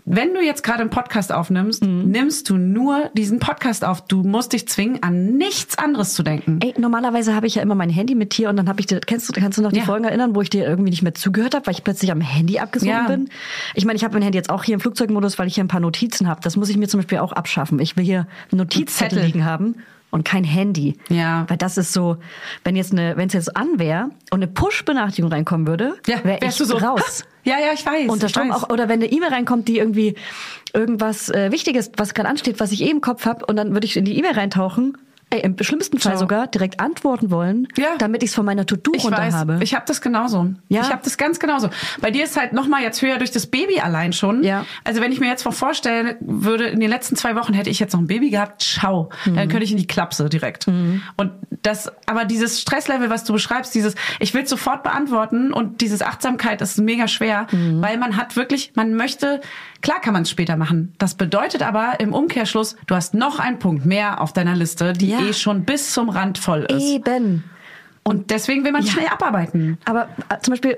wenn du jetzt gerade einen Podcast aufnimmst, mhm. nimmst du nur diesen Podcast auf. Du musst dich zwingen, an nichts anderes zu denken. Ey, normalerweise habe ich ja immer mein Handy mit dir und dann habe ich dir, kennst du, kannst du noch die ja. Folgen erinnern, wo ich dir irgendwie nicht mehr zugehört habe, weil ich plötzlich am Handy abgesunken ja. bin? Ich meine, ich habe mein Handy jetzt auch hier im Flugzeugmodus, weil ich hier ein paar Notizen habe. Das muss ich mir zum Beispiel auch abschaffen. Ich will hier Notizzettel liegen haben. Und kein Handy. Ja. Weil das ist so, wenn jetzt eine, wenn es jetzt an wäre und eine Push-Benachrichtigung reinkommen würde, ja, wäre ich du so raus. Ja, ja, ich weiß. Und da ich weiß. auch, oder wenn eine E-Mail reinkommt, die irgendwie irgendwas äh, Wichtiges, was gerade ansteht, was ich eh im Kopf habe, und dann würde ich in die E-Mail reintauchen, ey, im schlimmsten Fall Ciao. sogar direkt antworten wollen, ja. damit ich es von meiner To-Do ich runter weiß, habe. Ich habe das genauso. Ja? Ich habe das ganz genauso. Bei dir ist halt noch mal jetzt höher durch das Baby allein schon. Ja. Also wenn ich mir jetzt mal vorstellen würde, in den letzten zwei Wochen hätte ich jetzt noch ein Baby gehabt, ciao, mhm. dann könnte ich in die Klapse direkt. Mhm. Und das, aber dieses Stresslevel, was du beschreibst, dieses, ich will sofort beantworten und dieses Achtsamkeit ist mega schwer, mhm. weil man hat wirklich, man möchte, klar kann man es später machen. Das bedeutet aber im Umkehrschluss, du hast noch einen Punkt mehr auf deiner Liste, die ja. eh schon bis zum Rand voll ist. Eben. Und deswegen will man ja. schnell abarbeiten. Aber äh, zum Beispiel,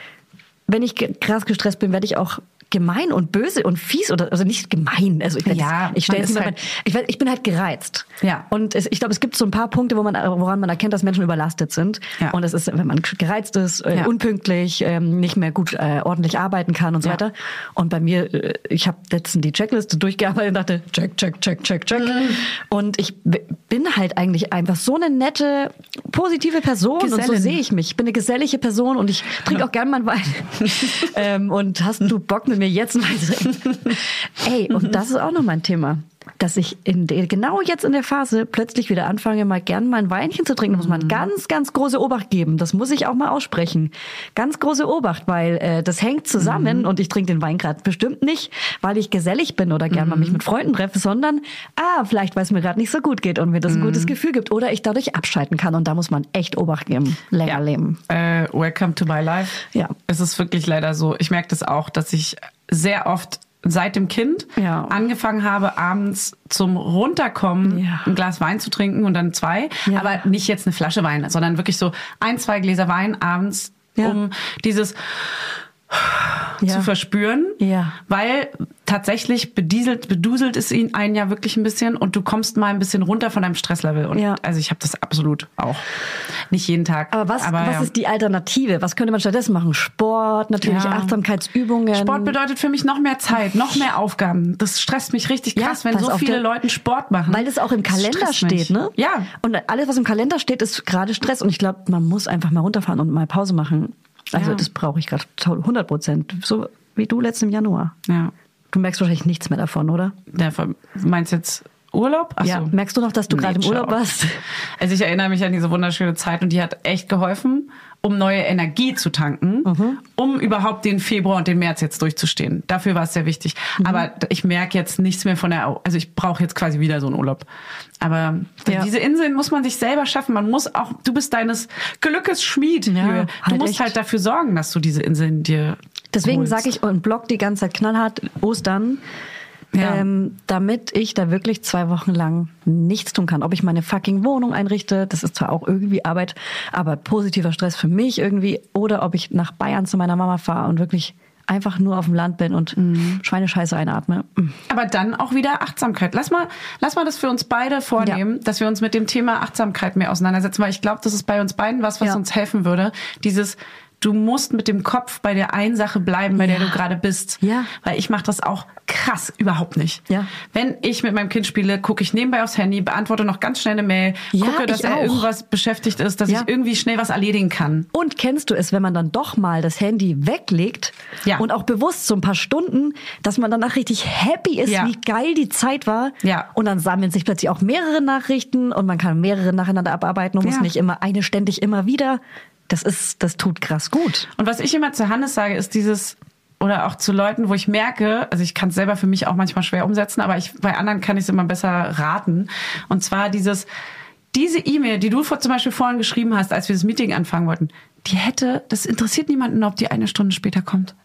wenn ich ge- krass gestresst bin, werde ich auch gemein und böse und fies oder also nicht gemein, also ich, ja, ich stelle es halt ich, ich bin halt gereizt. Ja. Und es, ich glaube, es gibt so ein paar Punkte, wo man woran man erkennt, dass Menschen überlastet sind. Ja. Und es ist, wenn man gereizt ist, äh, ja. unpünktlich, ähm, nicht mehr gut äh, ordentlich arbeiten kann und so ja. weiter. Und bei mir, äh, ich habe letztens die Checkliste durchgearbeitet und dachte, check, check, check, check, check. Mhm. Und ich b- bin halt eigentlich einfach so eine nette, positive Person. Gesellin. Und so sehe ich mich. Ich bin eine gesellige Person und ich trinke auch gern mal Wein. ähm, und hast du Bock mit mir jetzt mal zu trinken? Ey, und das ist auch noch mein Thema, dass ich in de, genau jetzt in der Phase plötzlich wieder anfange, mal gern mal ein Weinchen zu trinken. Da muss man ganz, ganz große Obacht geben. Das muss ich auch mal aussprechen. Ganz große Obacht, weil äh, das hängt zusammen mhm. und ich trinke den Wein gerade bestimmt nicht, weil ich gesellig bin oder gern mhm. mal mich mit Freunden treffe, sondern ah, vielleicht, weil es mir gerade nicht so gut geht und mir das ein mhm. gutes Gefühl gibt oder ich dadurch abschalten kann. Und da muss man echt Obacht geben. Länger ja. leben. Äh, welcome to my life. Ja. Es ist wirklich leider so. Ich merke das auch, dass ich sehr oft seit dem Kind ja. angefangen habe, abends zum Runterkommen ja. ein Glas Wein zu trinken und dann zwei. Ja. Aber nicht jetzt eine Flasche Wein, sondern wirklich so ein, zwei Gläser Wein abends, ja. um dieses ja. zu verspüren. Ja. Weil tatsächlich bedieselt, beduselt es ihn einen ja wirklich ein bisschen und du kommst mal ein bisschen runter von deinem Stresslevel. Und ja. also ich habe das absolut auch. Nicht jeden Tag. Aber was, aber, was ja. ist die Alternative? Was könnte man stattdessen machen? Sport, natürlich ja. Achtsamkeitsübungen. Sport bedeutet für mich noch mehr Zeit, noch mehr Aufgaben. Das stresst mich richtig krass, ja, wenn so viele der, Leute Sport machen. Weil das auch im Kalender steht, mich. ne? Ja. Und alles, was im Kalender steht, ist gerade Stress. Und ich glaube, man muss einfach mal runterfahren und mal Pause machen. Also ja. das brauche ich gerade hundert Prozent. So wie du letzten Januar. Ja. Du merkst wahrscheinlich nichts mehr davon, oder? Ja, meinst du jetzt Urlaub? Ach ja. so. Merkst du noch, dass du gerade im Urlaub warst? Also ich erinnere mich an diese wunderschöne Zeit und die hat echt geholfen, um neue Energie zu tanken, mhm. um überhaupt den Februar und den März jetzt durchzustehen. Dafür war es sehr wichtig. Mhm. Aber ich merke jetzt nichts mehr von der, also ich brauche jetzt quasi wieder so einen Urlaub. Aber ja. diese Inseln muss man sich selber schaffen. Man muss auch, du bist deines Glückes Schmied. Ja, du halt musst echt. halt dafür sorgen, dass du diese Inseln dir Deswegen sage ich und blog die ganze Zeit knallhart Ostern, ja. ähm, damit ich da wirklich zwei Wochen lang nichts tun kann. Ob ich meine fucking Wohnung einrichte, das ist zwar auch irgendwie Arbeit, aber positiver Stress für mich irgendwie. Oder ob ich nach Bayern zu meiner Mama fahre und wirklich einfach nur auf dem Land bin und mhm. Schweinescheiße einatme. Aber dann auch wieder Achtsamkeit. Lass mal, lass mal das für uns beide vornehmen, ja. dass wir uns mit dem Thema Achtsamkeit mehr auseinandersetzen, weil ich glaube, das ist bei uns beiden was, was ja. uns helfen würde. Dieses Du musst mit dem Kopf bei der einen Sache bleiben, bei ja. der du gerade bist. Ja. Weil ich mache das auch krass überhaupt nicht. Ja. Wenn ich mit meinem Kind spiele, gucke ich nebenbei aufs Handy, beantworte noch ganz schnell eine Mail, ja, gucke, dass er auch. irgendwas beschäftigt ist, dass ja. ich irgendwie schnell was erledigen kann. Und kennst du es, wenn man dann doch mal das Handy weglegt ja. und auch bewusst so ein paar Stunden, dass man danach richtig happy ist, ja. wie geil die Zeit war. Ja. Und dann sammeln sich plötzlich auch mehrere Nachrichten und man kann mehrere nacheinander abarbeiten und ja. muss nicht immer eine ständig immer wieder. Das ist, das tut krass gut. Und was ich immer zu Hannes sage, ist dieses, oder auch zu Leuten, wo ich merke, also ich kann es selber für mich auch manchmal schwer umsetzen, aber ich, bei anderen kann ich es immer besser raten. Und zwar dieses, diese E-Mail, die du vor, zum Beispiel vorhin geschrieben hast, als wir das Meeting anfangen wollten, die hätte, das interessiert niemanden, ob die eine Stunde später kommt.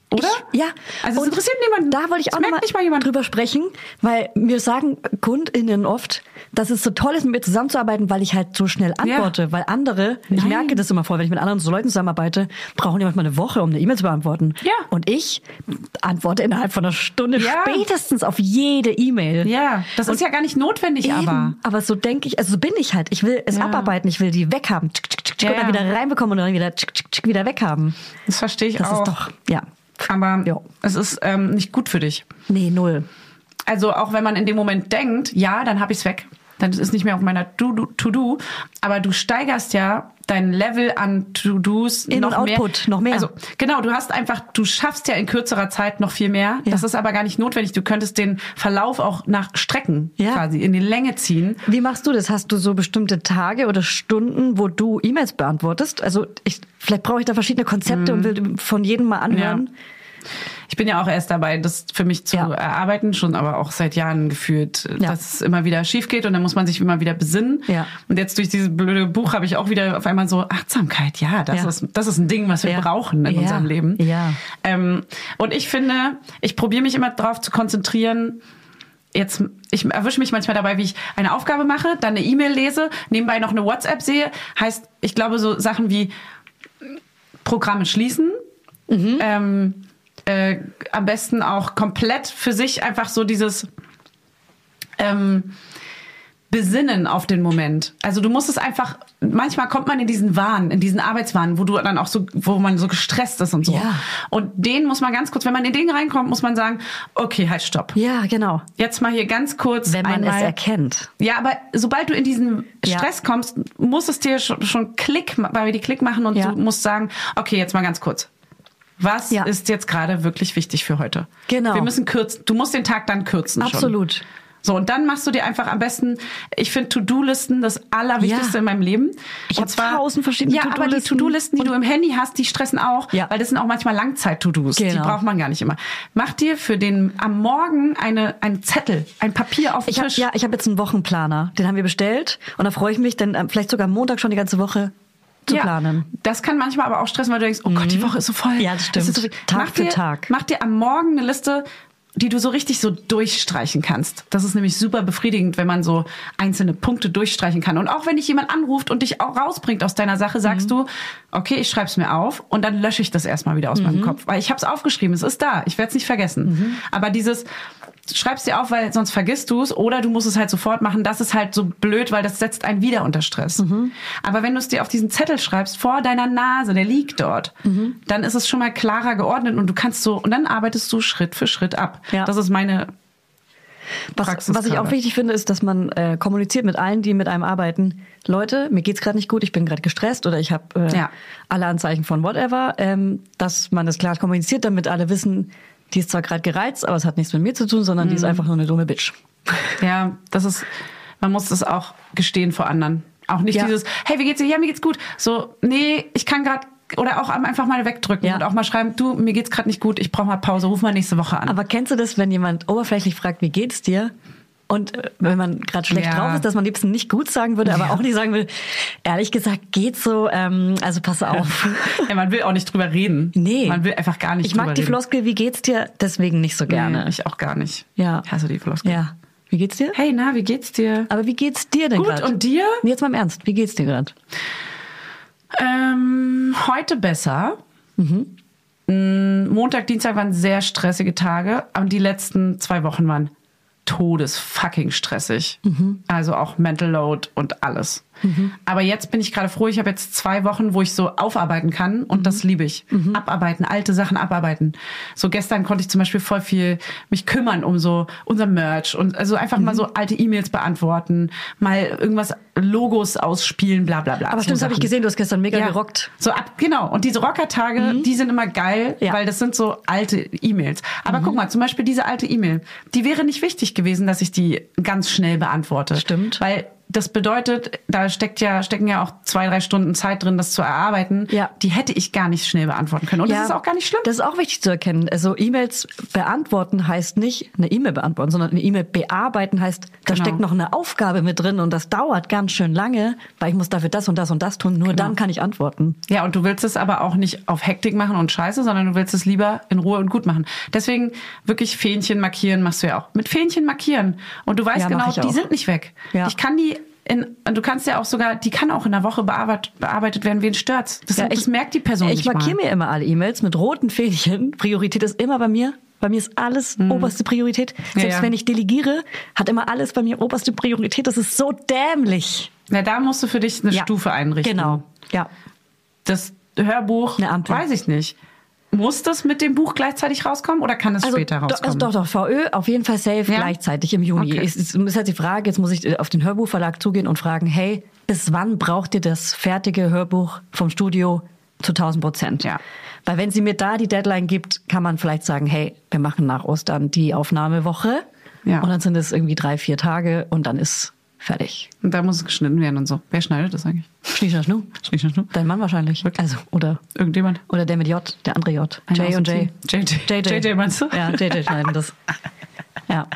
Oder? Ich, ja. Also es Und interessiert niemanden. Da wollte ich auch Es merkt noch mal nicht mal jemand. drüber sprechen, weil mir sagen KundInnen oft, dass es so toll ist, mit mir zusammenzuarbeiten, weil ich halt so schnell antworte. Ja. Weil andere, ich Nein. merke das immer voll, wenn ich mit anderen so Leuten zusammenarbeite, brauchen die manchmal eine Woche, um eine E-Mail zu beantworten. Ja. Und ich antworte innerhalb von einer Stunde Ja. spätestens auf jede E-Mail. Ja, das ist ja gar nicht notwendig, Eben, aber. aber so denke ich, also so bin ich halt. Ich will es Ja. abarbeiten, ich will die weghaben. Tsk, tsk, tsk, Ja, und dann ja. wieder reinbekommen und dann wieder, tsk, tsk, tsk, wieder weghaben. Das verstehe ich Das auch. ist doch, ja. Aber Ja. es ist ähm, nicht gut für dich. Nee, null. Also auch wenn man in dem Moment denkt, ja, dann habe ich es weg. Dann ist es nicht mehr auf meiner To-Do, To-Do. Aber du steigerst ja dein Level an To-Dos In- noch und mehr. Output, noch mehr. Also genau, du hast einfach, du schaffst ja in kürzerer Zeit noch viel mehr. Ja. Das ist aber gar nicht notwendig. Du könntest den Verlauf auch nach Strecken Ja. quasi in die Länge ziehen. Wie machst du das? Hast du so bestimmte Tage oder Stunden, wo du E-Mails beantwortest? Also ich, vielleicht brauche ich da verschiedene Konzepte und will von jedem mal anhören. Ich bin ja auch erst dabei, das für mich zu Ja. erarbeiten, schon aber auch seit Jahren gefühlt, Ja. dass es immer wieder schief geht und dann muss man sich immer wieder besinnen. Ja. Und jetzt durch dieses blöde Buch habe ich auch wieder auf einmal so Achtsamkeit. Ja, das Ja. ist das ist ein Ding, was wir Ja. brauchen in Ja. unserem Leben. Ja. Ähm, und ich finde, ich probiere mich immer darauf zu konzentrieren. Jetzt, ich erwische mich manchmal dabei, wie ich eine Aufgabe mache, dann eine E-Mail lese, nebenbei noch eine WhatsApp sehe. Heißt, ich glaube, so Sachen wie Programme schließen, Mhm. ähm, äh, am besten auch komplett für sich einfach so dieses ähm, Besinnen auf den Moment. Also du musst es einfach, manchmal kommt man in diesen Wahn, in diesen Arbeitswahn, wo du dann auch so, wo man so gestresst ist und so. Ja. Und den muss man ganz kurz, wenn man in den reinkommt, muss man sagen, okay, halt, stopp. Ja, genau. Jetzt mal hier ganz kurz Wenn man einmal. es erkennt. Ja, aber sobald du in diesen Ja. Stress kommst, muss es dir schon, schon Klick, weil wir die Klick machen und Ja. du musst sagen, okay, jetzt mal ganz kurz. Was Ja. ist jetzt gerade wirklich wichtig für heute? Genau. Wir müssen kürzen. Du musst den Tag dann kürzen. Absolut. Schon. So, und dann machst du dir einfach am besten, ich finde To-Do-Listen das Allerwichtigste Ja. in meinem Leben. Ich Und hab zwar- tausend verschiedene Ja, aber die To-Do-Listen. To-Do-Listen, die du im Handy hast, die stressen auch, Ja. weil das sind auch manchmal Langzeit-To-Dos. Die Genau. braucht man gar nicht immer. Mach dir für den am Morgen eine, einen Zettel, ein Papier auf den Ich hab, Tisch. ja, ich habe jetzt einen Wochenplaner. Den haben wir bestellt. Und da freue ich mich, denn ähm, vielleicht sogar am Montag schon die ganze Woche zu planen. Das kann manchmal aber auch stressen, weil du denkst, oh Gott, die Woche ist so voll. Ja, das stimmt. Es ist so viel. Tag mach für dir, Tag. Mach dir am Morgen eine Liste, die du so richtig so durchstreichen kannst. Das ist nämlich super befriedigend, wenn man so einzelne Punkte durchstreichen kann. Und auch wenn dich jemand anruft und dich auch rausbringt aus deiner Sache, sagst Mhm. du, okay, ich schreib's mir auf und dann lösche ich das erstmal wieder aus Mhm. meinem Kopf. Weil ich habe es aufgeschrieben, es ist da, ich werde es nicht vergessen. Mhm. Aber dieses, schreib's dir auf, weil sonst vergisst du es, oder du musst es halt sofort machen. Das ist halt so blöd, weil das setzt einen wieder unter Stress. Mhm. Aber wenn du es dir auf diesen Zettel schreibst, vor deiner Nase, der liegt dort, Mhm. dann ist es schon mal klarer geordnet und du kannst so, und dann arbeitest du Schritt für Schritt ab. Ja. Das ist meine Was, Praxis was ich auch gerade. wichtig finde, ist, dass man äh, kommuniziert mit allen, die mit einem arbeiten. Leute, mir geht's gerade nicht gut, ich bin gerade gestresst oder ich habe äh, Ja. alle Anzeichen von whatever. Ähm, dass man das klar kommuniziert, damit alle wissen, die ist zwar gerade gereizt, aber es hat nichts mit mir zu tun, sondern die Mhm. ist einfach nur eine dumme Bitch. Ja, das ist, man muss das auch gestehen vor anderen. Auch nicht Ja. dieses, hey, wie geht's dir? Ja, mir geht's gut. So, nee, ich kann gerade, oder auch einfach mal wegdrücken Ja. und auch mal schreiben, du, mir geht's gerade nicht gut, ich brauche mal Pause, ruf mal nächste Woche an. Aber kennst du das, wenn jemand oberflächlich fragt, wie geht's dir? Und äh, wenn man gerade schlecht Ja. drauf ist, dass man am liebsten nicht gut sagen würde, aber Ja. auch nicht sagen will, ehrlich gesagt, geht's so, ähm, also pass auf. Ja, man will auch nicht drüber reden. Nee. Man will einfach gar nicht Ich drüber mag die reden. Floskel, wie geht's dir, deswegen nicht so gerne. Nee, ich auch gar nicht. Ja. Ich hasse die Floskel. Ja. Wie geht's dir? Hey, na, wie geht's dir? Aber wie geht's dir denn Gut, gerade? und dir? Nee, jetzt mal im Ernst, wie geht's dir gerade? Ähm, heute besser. Mhm. Montag, Dienstag waren sehr stressige Tage, und die letzten zwei Wochen waren todesfucking stressig. Also auch Mental Load und alles. Aber jetzt bin ich gerade froh, ich habe jetzt zwei Wochen, wo ich so aufarbeiten kann, und das liebe ich. Abarbeiten, alte Sachen abarbeiten. So gestern konnte ich zum Beispiel voll viel mich kümmern um so unser Merch und also einfach mal so alte E-Mails beantworten, mal irgendwas Logos ausspielen, bla bla bla. Aber so stimmt, das habe ich Sachen. gesehen, du hast gestern mega Ja. gerockt. So ab, genau. Und diese Rockertage, die sind immer geil, Ja. weil das sind so alte E-Mails. Aber guck mal, zum Beispiel diese alte E-Mail, die wäre nicht wichtig gewesen, dass ich die ganz schnell beantworte. Stimmt. Weil das bedeutet, da steckt ja, stecken ja auch zwei, drei Stunden Zeit drin, das zu erarbeiten. Ja. Die hätte ich gar nicht schnell beantworten können. Und Ja, das ist auch gar nicht schlimm. Das ist auch wichtig zu erkennen. Also E-Mails beantworten heißt nicht eine E-Mail beantworten, sondern eine E-Mail bearbeiten heißt, da Genau. steckt noch eine Aufgabe mit drin und das dauert ganz schön lange, weil ich muss dafür das und das und das tun. Nur dann kann ich antworten. Ja, und du willst es aber auch nicht auf Hektik machen und Scheiße, sondern du willst es lieber in Ruhe und gut machen. Deswegen wirklich Fähnchen markieren machst du ja auch. Mit Fähnchen markieren. Und du weißt Ja, mach genau, ich die auch. sind nicht weg. Ja. Ich kann die in, du kannst ja auch sogar, die kann auch in einer Woche bearbeitet, bearbeitet werden, wen stört's. Das, Ja, das merkt die Person Ich nicht mal. markiere mir immer alle E-Mails mit roten Fähnchen. Priorität ist immer bei mir. Bei mir ist alles oberste Priorität. Ja, Selbst ja. wenn ich delegiere, hat immer alles bei mir oberste Priorität. Das ist so dämlich. Na, da musst du für dich eine Ja. Stufe einrichten. Genau. Ja. Das Hörbuch, Eine Ampel. weiß ich nicht. Muss das mit dem Buch gleichzeitig rauskommen oder kann es später do- rauskommen? Also doch, doch, VÖ auf jeden Fall safe Ja? gleichzeitig im Juni. Okay. Es ist, ist halt die Frage, jetzt muss ich auf den Hörbuchverlag zugehen und fragen, hey, bis wann braucht ihr das fertige Hörbuch vom Studio zu tausend Prozent? Ja. Weil wenn sie mir da die Deadline gibt, kann man vielleicht sagen, hey, wir machen nach Ostern die Aufnahmewoche Ja. und dann sind es irgendwie drei, vier Tage und dann ist fertig. Und da muss es geschnitten werden und so. Wer schneidet das eigentlich? Schnieschnaschnu. Schnieschnaschnu. Dein Mann wahrscheinlich. Also, oder, Irgendjemand? oder der mit J, der andere J. Einer aus J und dem J. Team. J J. J J meinst du? Ja, J J schneiden das. Ja.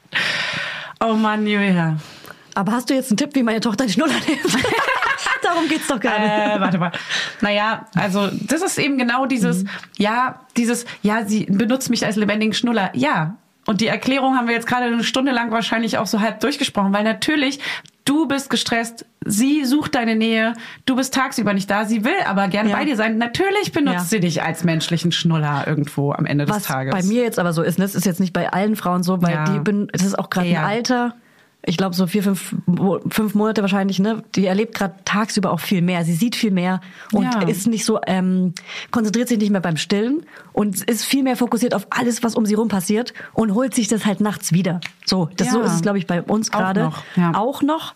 Oh Mann, Julia. Aber hast du jetzt einen Tipp, wie meine Tochter die Schnuller nimmt? Darum geht's doch gar nicht. Äh, warte mal. Naja, also das ist eben genau dieses, ja, dieses, ja, sie benutzt mich als lebendigen Schnuller. Ja. Und die Erklärung haben wir jetzt gerade eine Stunde lang wahrscheinlich auch so halb durchgesprochen, weil natürlich, du bist gestresst, sie sucht deine Nähe, du bist tagsüber nicht da, sie will aber gern Ja. bei dir sein. Natürlich benutzt Ja. sie dich als menschlichen Schnuller irgendwo am Ende des Was Tages. bei mir jetzt aber so ist, ne, das ist jetzt nicht bei allen Frauen so, weil Ja. die bin, das ist auch gerade Ja. ein Alter, ich glaube so vier, fünf, Mo- fünf Monate wahrscheinlich, ne? Die erlebt gerade tagsüber auch viel mehr. Sie sieht viel mehr und Ja. ist nicht so, ähm, konzentriert sich nicht mehr beim Stillen und ist viel mehr fokussiert auf alles, was um sie rum passiert und holt sich das halt nachts wieder. So, das Ja. so ist es, glaube ich, bei uns Auch gerade. noch, ja. Auch noch.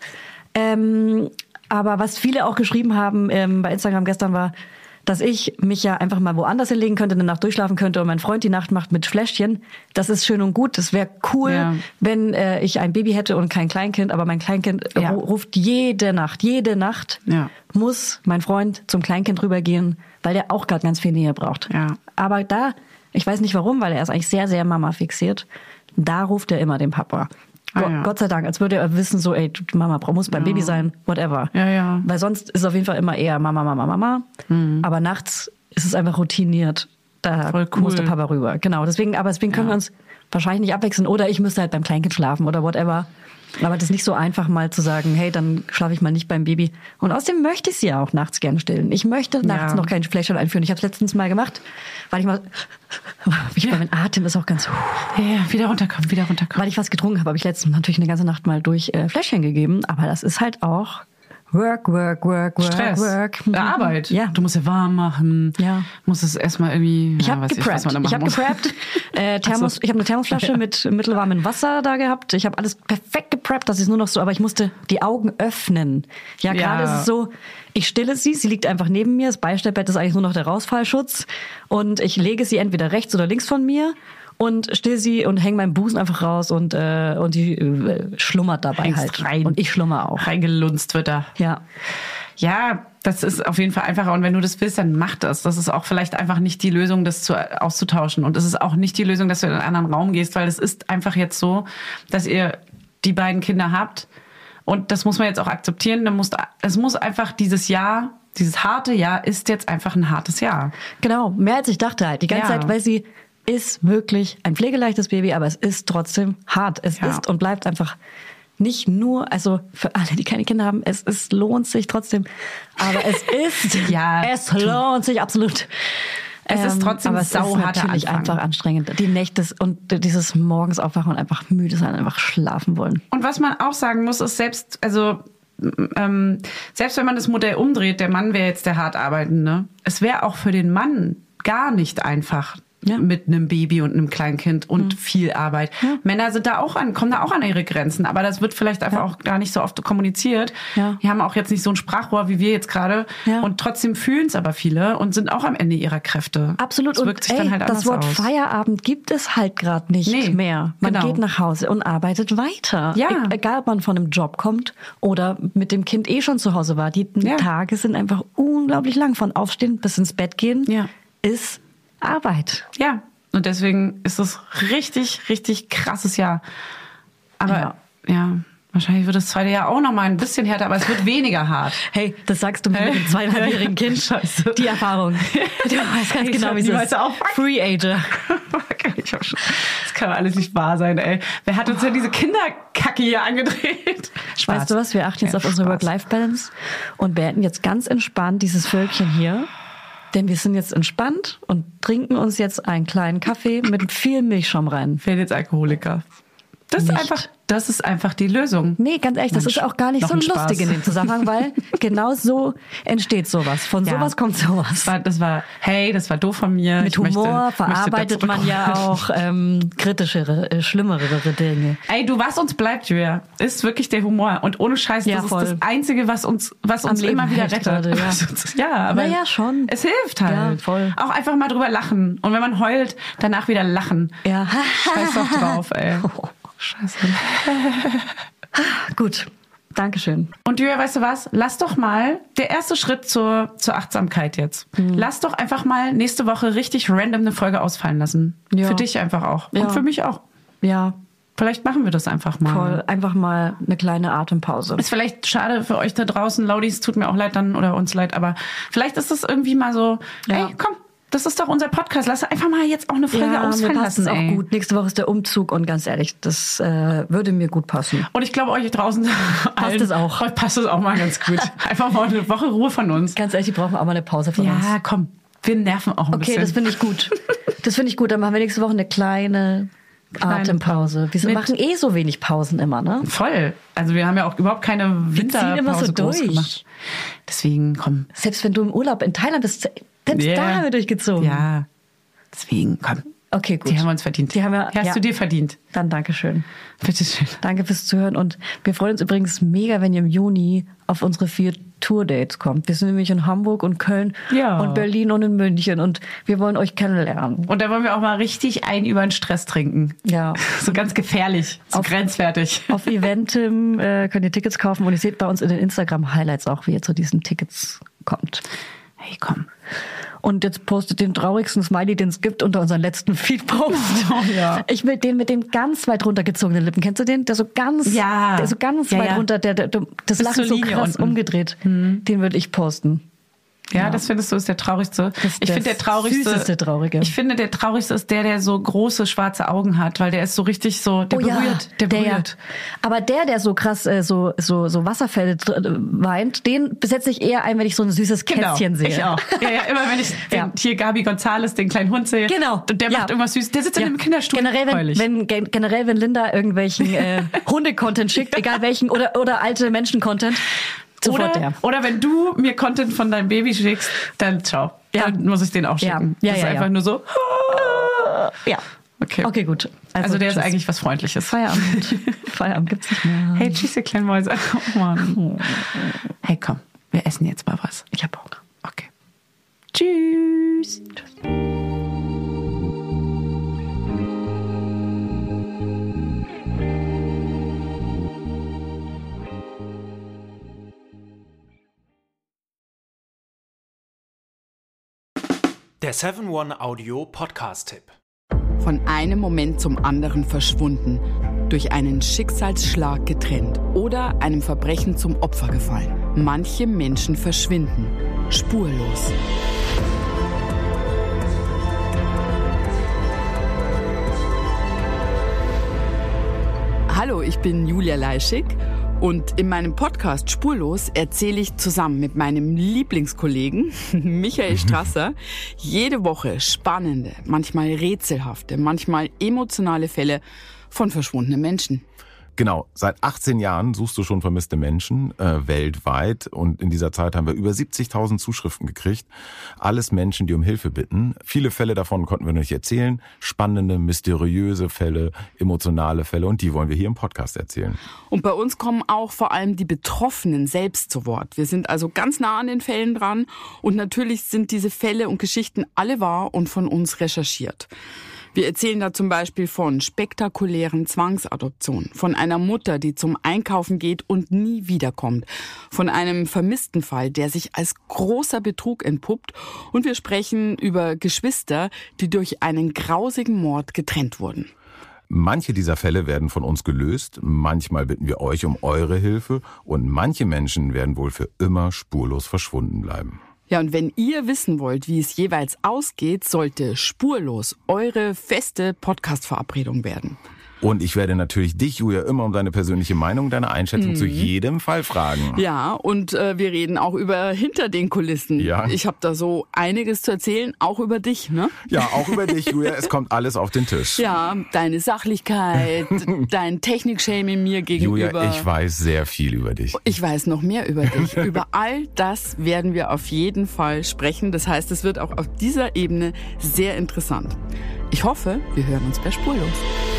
Ähm, aber was viele auch geschrieben haben ähm, bei Instagram gestern war, dass ich mich ja einfach mal woanders hinlegen könnte, eine Nacht durchschlafen könnte und mein Freund die Nacht macht mit Fläschchen. Das ist schön und gut. Das wäre cool, Ja. wenn äh, ich ein Baby hätte und kein Kleinkind. Aber mein Kleinkind Ja. ru- ruft jede Nacht, jede Nacht Ja. muss mein Freund zum Kleinkind rübergehen, weil der auch gerade ganz viel Nähe braucht. Ja. Aber da, ich weiß nicht warum, weil er ist eigentlich sehr, sehr Mama fixiert. Da ruft er immer den Papa. Ah, Go- ja. Gott sei Dank, als würde er wissen, so, ey, du, Mama brauch- muss beim Baby sein, whatever. Ja, ja. Weil sonst ist es auf jeden Fall immer eher Mama, Mama, Mama. Aber nachts ist es einfach routiniert. Da Voll cool. muss der Papa rüber. Genau, deswegen, aber deswegen können Ja. wir uns wahrscheinlich nicht abwechseln. Oder ich müsste halt beim Kleinkind schlafen oder whatever. Aber das ist nicht so einfach mal zu sagen, hey, dann schlafe ich mal nicht beim Baby. Und außerdem möchte ich sie ja auch nachts gerne stillen. Ich möchte nachts Ja. noch kein Fläschchen einführen. Ich habe es letztens mal gemacht, weil ich mal, ich Ja. mein Atem ist auch ganz, Ja, ja, wieder runterkommen, wieder runterkommen. weil ich was getrunken habe, habe ich letztens natürlich eine ganze Nacht mal durch äh, Fläschchen gegeben. Aber das ist halt auch Work, Work, Work, Work, Stress. Work. Äh, Arbeit. Ja. Du musst ja warm machen. Ja. Musst es erstmal irgendwie. Ich ja, habe weiß gepreppt. was man da Ich, machen habe muss. gepreppt. Äh, Thermos, Ach so. Ich habe eine Thermosflasche Ja. mit mittelwarmem Wasser da gehabt. Ich habe alles perfekt gepreppt. Das ist nur noch so, aber ich musste die Augen öffnen. Ja, Ja. gerade ist es so, ich stille sie, sie liegt einfach neben mir. Das Beistellbett ist eigentlich nur noch der Rausfallschutz. Und ich lege sie entweder rechts oder links von mir und still sie und hänge meinen Busen einfach raus und, äh, und die äh, schlummert dabei Hängst halt. rein. Und ich schlummer auch. Reingelunzt wird da. Ja. Ja, das ist auf jeden Fall einfacher. Und wenn du das willst, dann mach das. Das ist auch vielleicht einfach nicht die Lösung, das zu, auszutauschen. Und es ist auch nicht die Lösung, dass du in einen anderen Raum gehst, weil es ist einfach jetzt so, dass ihr die beiden Kinder habt. Und das muss man jetzt auch akzeptieren. Dann muss, es muss einfach dieses Jahr, dieses harte Jahr ist jetzt einfach ein hartes Jahr. Genau, mehr als ich dachte halt. Die ganze Ja. Zeit, weil sie ist wirklich ein pflegeleichtes Baby, aber es ist trotzdem hart. Es Ja. ist und bleibt einfach nicht nur, also für alle, die keine Kinder haben, es ist, lohnt sich trotzdem. Aber es ist, Ja, es lohnt sich absolut. Es ist trotzdem aber es ist sauharter natürlich Anfang. einfach anstrengend. Die Nächte und dieses morgens aufwachen und einfach müde sein, einfach schlafen wollen. Und was man auch sagen muss, ist selbst, also ähm, selbst wenn man das Modell umdreht, der Mann wäre jetzt der hart arbeitende. Es wäre auch für den Mann gar nicht einfach, Ja. Mit einem Baby und einem Kleinkind und mhm. viel Arbeit. Ja. Männer sind da auch an, kommen da auch an ihre Grenzen, aber das wird vielleicht einfach ja. auch gar nicht so oft kommuniziert. Ja. Die haben auch jetzt nicht so ein Sprachrohr wie wir jetzt gerade ja. und trotzdem fühlen es aber viele und sind auch am Ende ihrer Kräfte. Absolut. Das wirkt und sich ey, dann halt das Wort aus. Feierabend gibt es halt gerade nicht nee, mehr. Man genau. geht nach Hause und arbeitet weiter. Ja. E- egal, ob man von einem Job kommt oder mit dem Kind eh schon zu Hause war. Die ja. Tage sind einfach unglaublich lang. Von Aufstehen bis ins Bett gehen ja. ist Arbeit. Ja. Und deswegen ist es richtig, richtig krasses Jahr. Aber ja, ja wahrscheinlich wird das zweite Jahr auch noch mal ein bisschen härter, aber es wird weniger hart. Hey, das sagst du mir mit dem zweieinhalbjährigen Kind. Scheiße. Die Erfahrung. Du weißt ganz genau, wie es ist. Free-Ager. Das kann alles nicht wahr sein, ey. Wer hat uns denn diese Kinderkacke hier angedreht? Spaß. Weißt du was, wir achten jetzt ja, auf unsere Work-Life-Balance und beenden jetzt ganz entspannt dieses Völkchen hier. Denn wir sind jetzt entspannt und trinken uns jetzt einen kleinen Kaffee mit viel Milchschaum rein. Ich werde jetzt Alkoholiker. Das ist, einfach, das ist einfach die Lösung. Nee, ganz ehrlich, das Mensch, ist auch gar nicht so lustig Spaß. In dem Zusammenhang, weil genau so entsteht sowas. Von ja. sowas kommt sowas. Das war, das war, hey, das war doof von mir. Mit ich Humor möchte, verarbeitet möchte man ja auch ähm, kritischere, äh, schlimmere Dinge. Ey, du, was uns bleibt, Julia, ist wirklich der Humor. Und ohne Scheiß, das ja, ist das Einzige, was uns, was uns immer wieder rettet. Gerade, ja. ja, aber naja, schon. Es hilft halt. Ja, voll. Auch einfach mal drüber lachen. Und wenn man heult, danach wieder lachen. Ja. Scheiß doch drauf, ey. Scheiße. Gut, Dankeschön. Und Julia, weißt du was? Lass doch mal, der erste Schritt zur, zur Achtsamkeit jetzt. Mhm. Lass doch einfach mal nächste Woche richtig random eine Folge ausfallen lassen. Ja. Für dich einfach auch. Ja. Und für mich auch. Ja. Vielleicht machen wir das einfach mal. Voll, einfach mal eine kleine Atempause. Ist vielleicht schade für euch da draußen, Laudis, tut mir auch leid dann oder uns leid, aber vielleicht ist das irgendwie mal so, ja. ey, komm. Das ist doch unser Podcast. Lass einfach mal jetzt auch eine Folge ja, ausfallen mir lassen. Das ist auch gut. Nächste Woche ist der Umzug und ganz ehrlich, das äh, würde mir gut passen. Und ich glaube, euch draußen passt es auch. Euch passt es auch mal ganz gut. Einfach mal eine Woche Ruhe von uns. Ganz ehrlich, die brauchen auch mal eine Pause von ja, uns. Ja, komm. Wir nerven auch ein okay, bisschen. Okay, das finde ich gut. Das finde ich gut. Dann machen wir nächste Woche eine kleine, kleine Atempause. Wir Mit machen eh so wenig Pausen immer, ne? Voll. Also wir haben ja auch überhaupt keine Winterpause wir ziehen immer so durch. Gemacht. Deswegen, komm. Selbst wenn du im Urlaub in Thailand bist, selbst yeah. da haben wir durchgezogen. Ja. Deswegen, komm. Okay, gut. Die haben wir uns verdient. Die haben wir, die hast ja. du dir verdient. Dann Dankeschön. Bitteschön. Danke fürs Zuhören und wir freuen uns übrigens mega, wenn ihr im Juni auf unsere vier Tour-Dates kommt. Wir sind nämlich in Hamburg und Köln ja. und Berlin und in München und wir wollen euch kennenlernen. Und da wollen wir auch mal richtig einen über den Stress trinken. Ja. So ganz gefährlich, so auf, grenzwertig. Auf Eventim äh, könnt ihr Tickets kaufen und ihr seht bei uns in den Instagram-Highlights auch, wie ihr zu diesen Tickets kommt. Hey, komm. Und jetzt postet den traurigsten Smiley, den es gibt, unter unseren letzten Feed-Post. Oh, ja. Ich will den mit den ganz weit runtergezogenen Lippen. Kennst du den? Der so ganz, ja. der so ganz ja, weit ja. runter, der, der, der das Bis Lachen so krass unten. umgedreht. Mhm. Den würde ich posten. Ja, ja, das findest du ist der traurigste. Ich finde der traurigste. Süßeste Traurige. Ich finde der traurigste ist der, der so große schwarze Augen hat, weil der ist so richtig so, der oh, berührt, ja, der berührt. Der. Aber der, der so krass äh, so so so Wasserfälle weint, den besetze ich eher ein, wenn ich so ein süßes Kätzchen genau, sehe. Ich auch. Ja, ja, immer wenn ich den, ja. hier Gabi Gonzales, den kleinen Hund sehe. Genau. Und der ja. macht irgendwas süß. Der sitzt ja. in dem Kinderstuhl. Generell, wenn, wenn generell wenn Linda irgendwelchen äh, Hunde-Content schickt, egal welchen oder oder alte Menschen-Content. Oder, oder wenn du mir Content von deinem Baby schickst, dann ciao. Ja. Dann muss ich den auch schicken. Ja. Ja, das ist ja, einfach ja. nur so. Ja. Okay. Okay, gut. Also, also der tschüss. ist eigentlich was Freundliches. Feierabend. Feierabend gibt's nicht mehr. Hey, tschüss, ihr kleinen Mäuse. Oh Mann. Hey, komm. Wir essen jetzt mal was. Ich hab Bock. Okay. Tschüss. Tschüss. Der seven one Audio Podcast-Tipp. Von einem Moment zum anderen verschwunden, durch einen Schicksalsschlag getrennt oder einem Verbrechen zum Opfer gefallen. Manche Menschen verschwinden spurlos. Hallo, ich bin Julia Leischig. Und in meinem Podcast Spurlos erzähle ich zusammen mit meinem Lieblingskollegen Michael Strasser jede Woche spannende, manchmal rätselhafte, manchmal emotionale Fälle von verschwundenen Menschen. Genau, seit achtzehn Jahren suchst du schon vermisste Menschen äh, weltweit und in dieser Zeit haben wir über siebzigtausend Zuschriften gekriegt. Alles Menschen, die um Hilfe bitten. Viele Fälle davon konnten wir nicht erzählen. Spannende, mysteriöse Fälle, emotionale Fälle und die wollen wir hier im Podcast erzählen. Und bei uns kommen auch vor allem die Betroffenen selbst zu Wort. Wir sind also ganz nah an den Fällen dran und natürlich sind diese Fälle und Geschichten alle wahr und von uns recherchiert. Wir erzählen da zum Beispiel von spektakulären Zwangsadoptionen, von einer Mutter, die zum Einkaufen geht und nie wiederkommt, von einem vermissten Fall, der sich als großer Betrug entpuppt und wir sprechen über Geschwister, die durch einen grausigen Mord getrennt wurden. Manche dieser Fälle werden von uns gelöst, manchmal bitten wir euch um eure Hilfe und manche Menschen werden wohl für immer spurlos verschwunden bleiben. Ja, und wenn ihr wissen wollt, wie es jeweils ausgeht, sollte Spurlos eure feste Podcast-Verabredung werden. Und ich werde natürlich dich, Julia, immer um deine persönliche Meinung, deine Einschätzung mhm. zu jedem Fall fragen. Ja, und äh, wir reden auch über hinter den Kulissen. Ja. Ich habe da so einiges zu erzählen, auch über dich, ne? Ja, auch über dich, Julia. Es kommt alles auf den Tisch. Ja, deine Sachlichkeit, dein Technik-Shaming mir gegenüber. Julia, ich weiß sehr viel über dich. Ich weiß noch mehr über dich. Über all das werden wir auf jeden Fall sprechen. Das heißt, es wird auch auf dieser Ebene sehr interessant. Ich hoffe, wir hören uns bei Spurlos.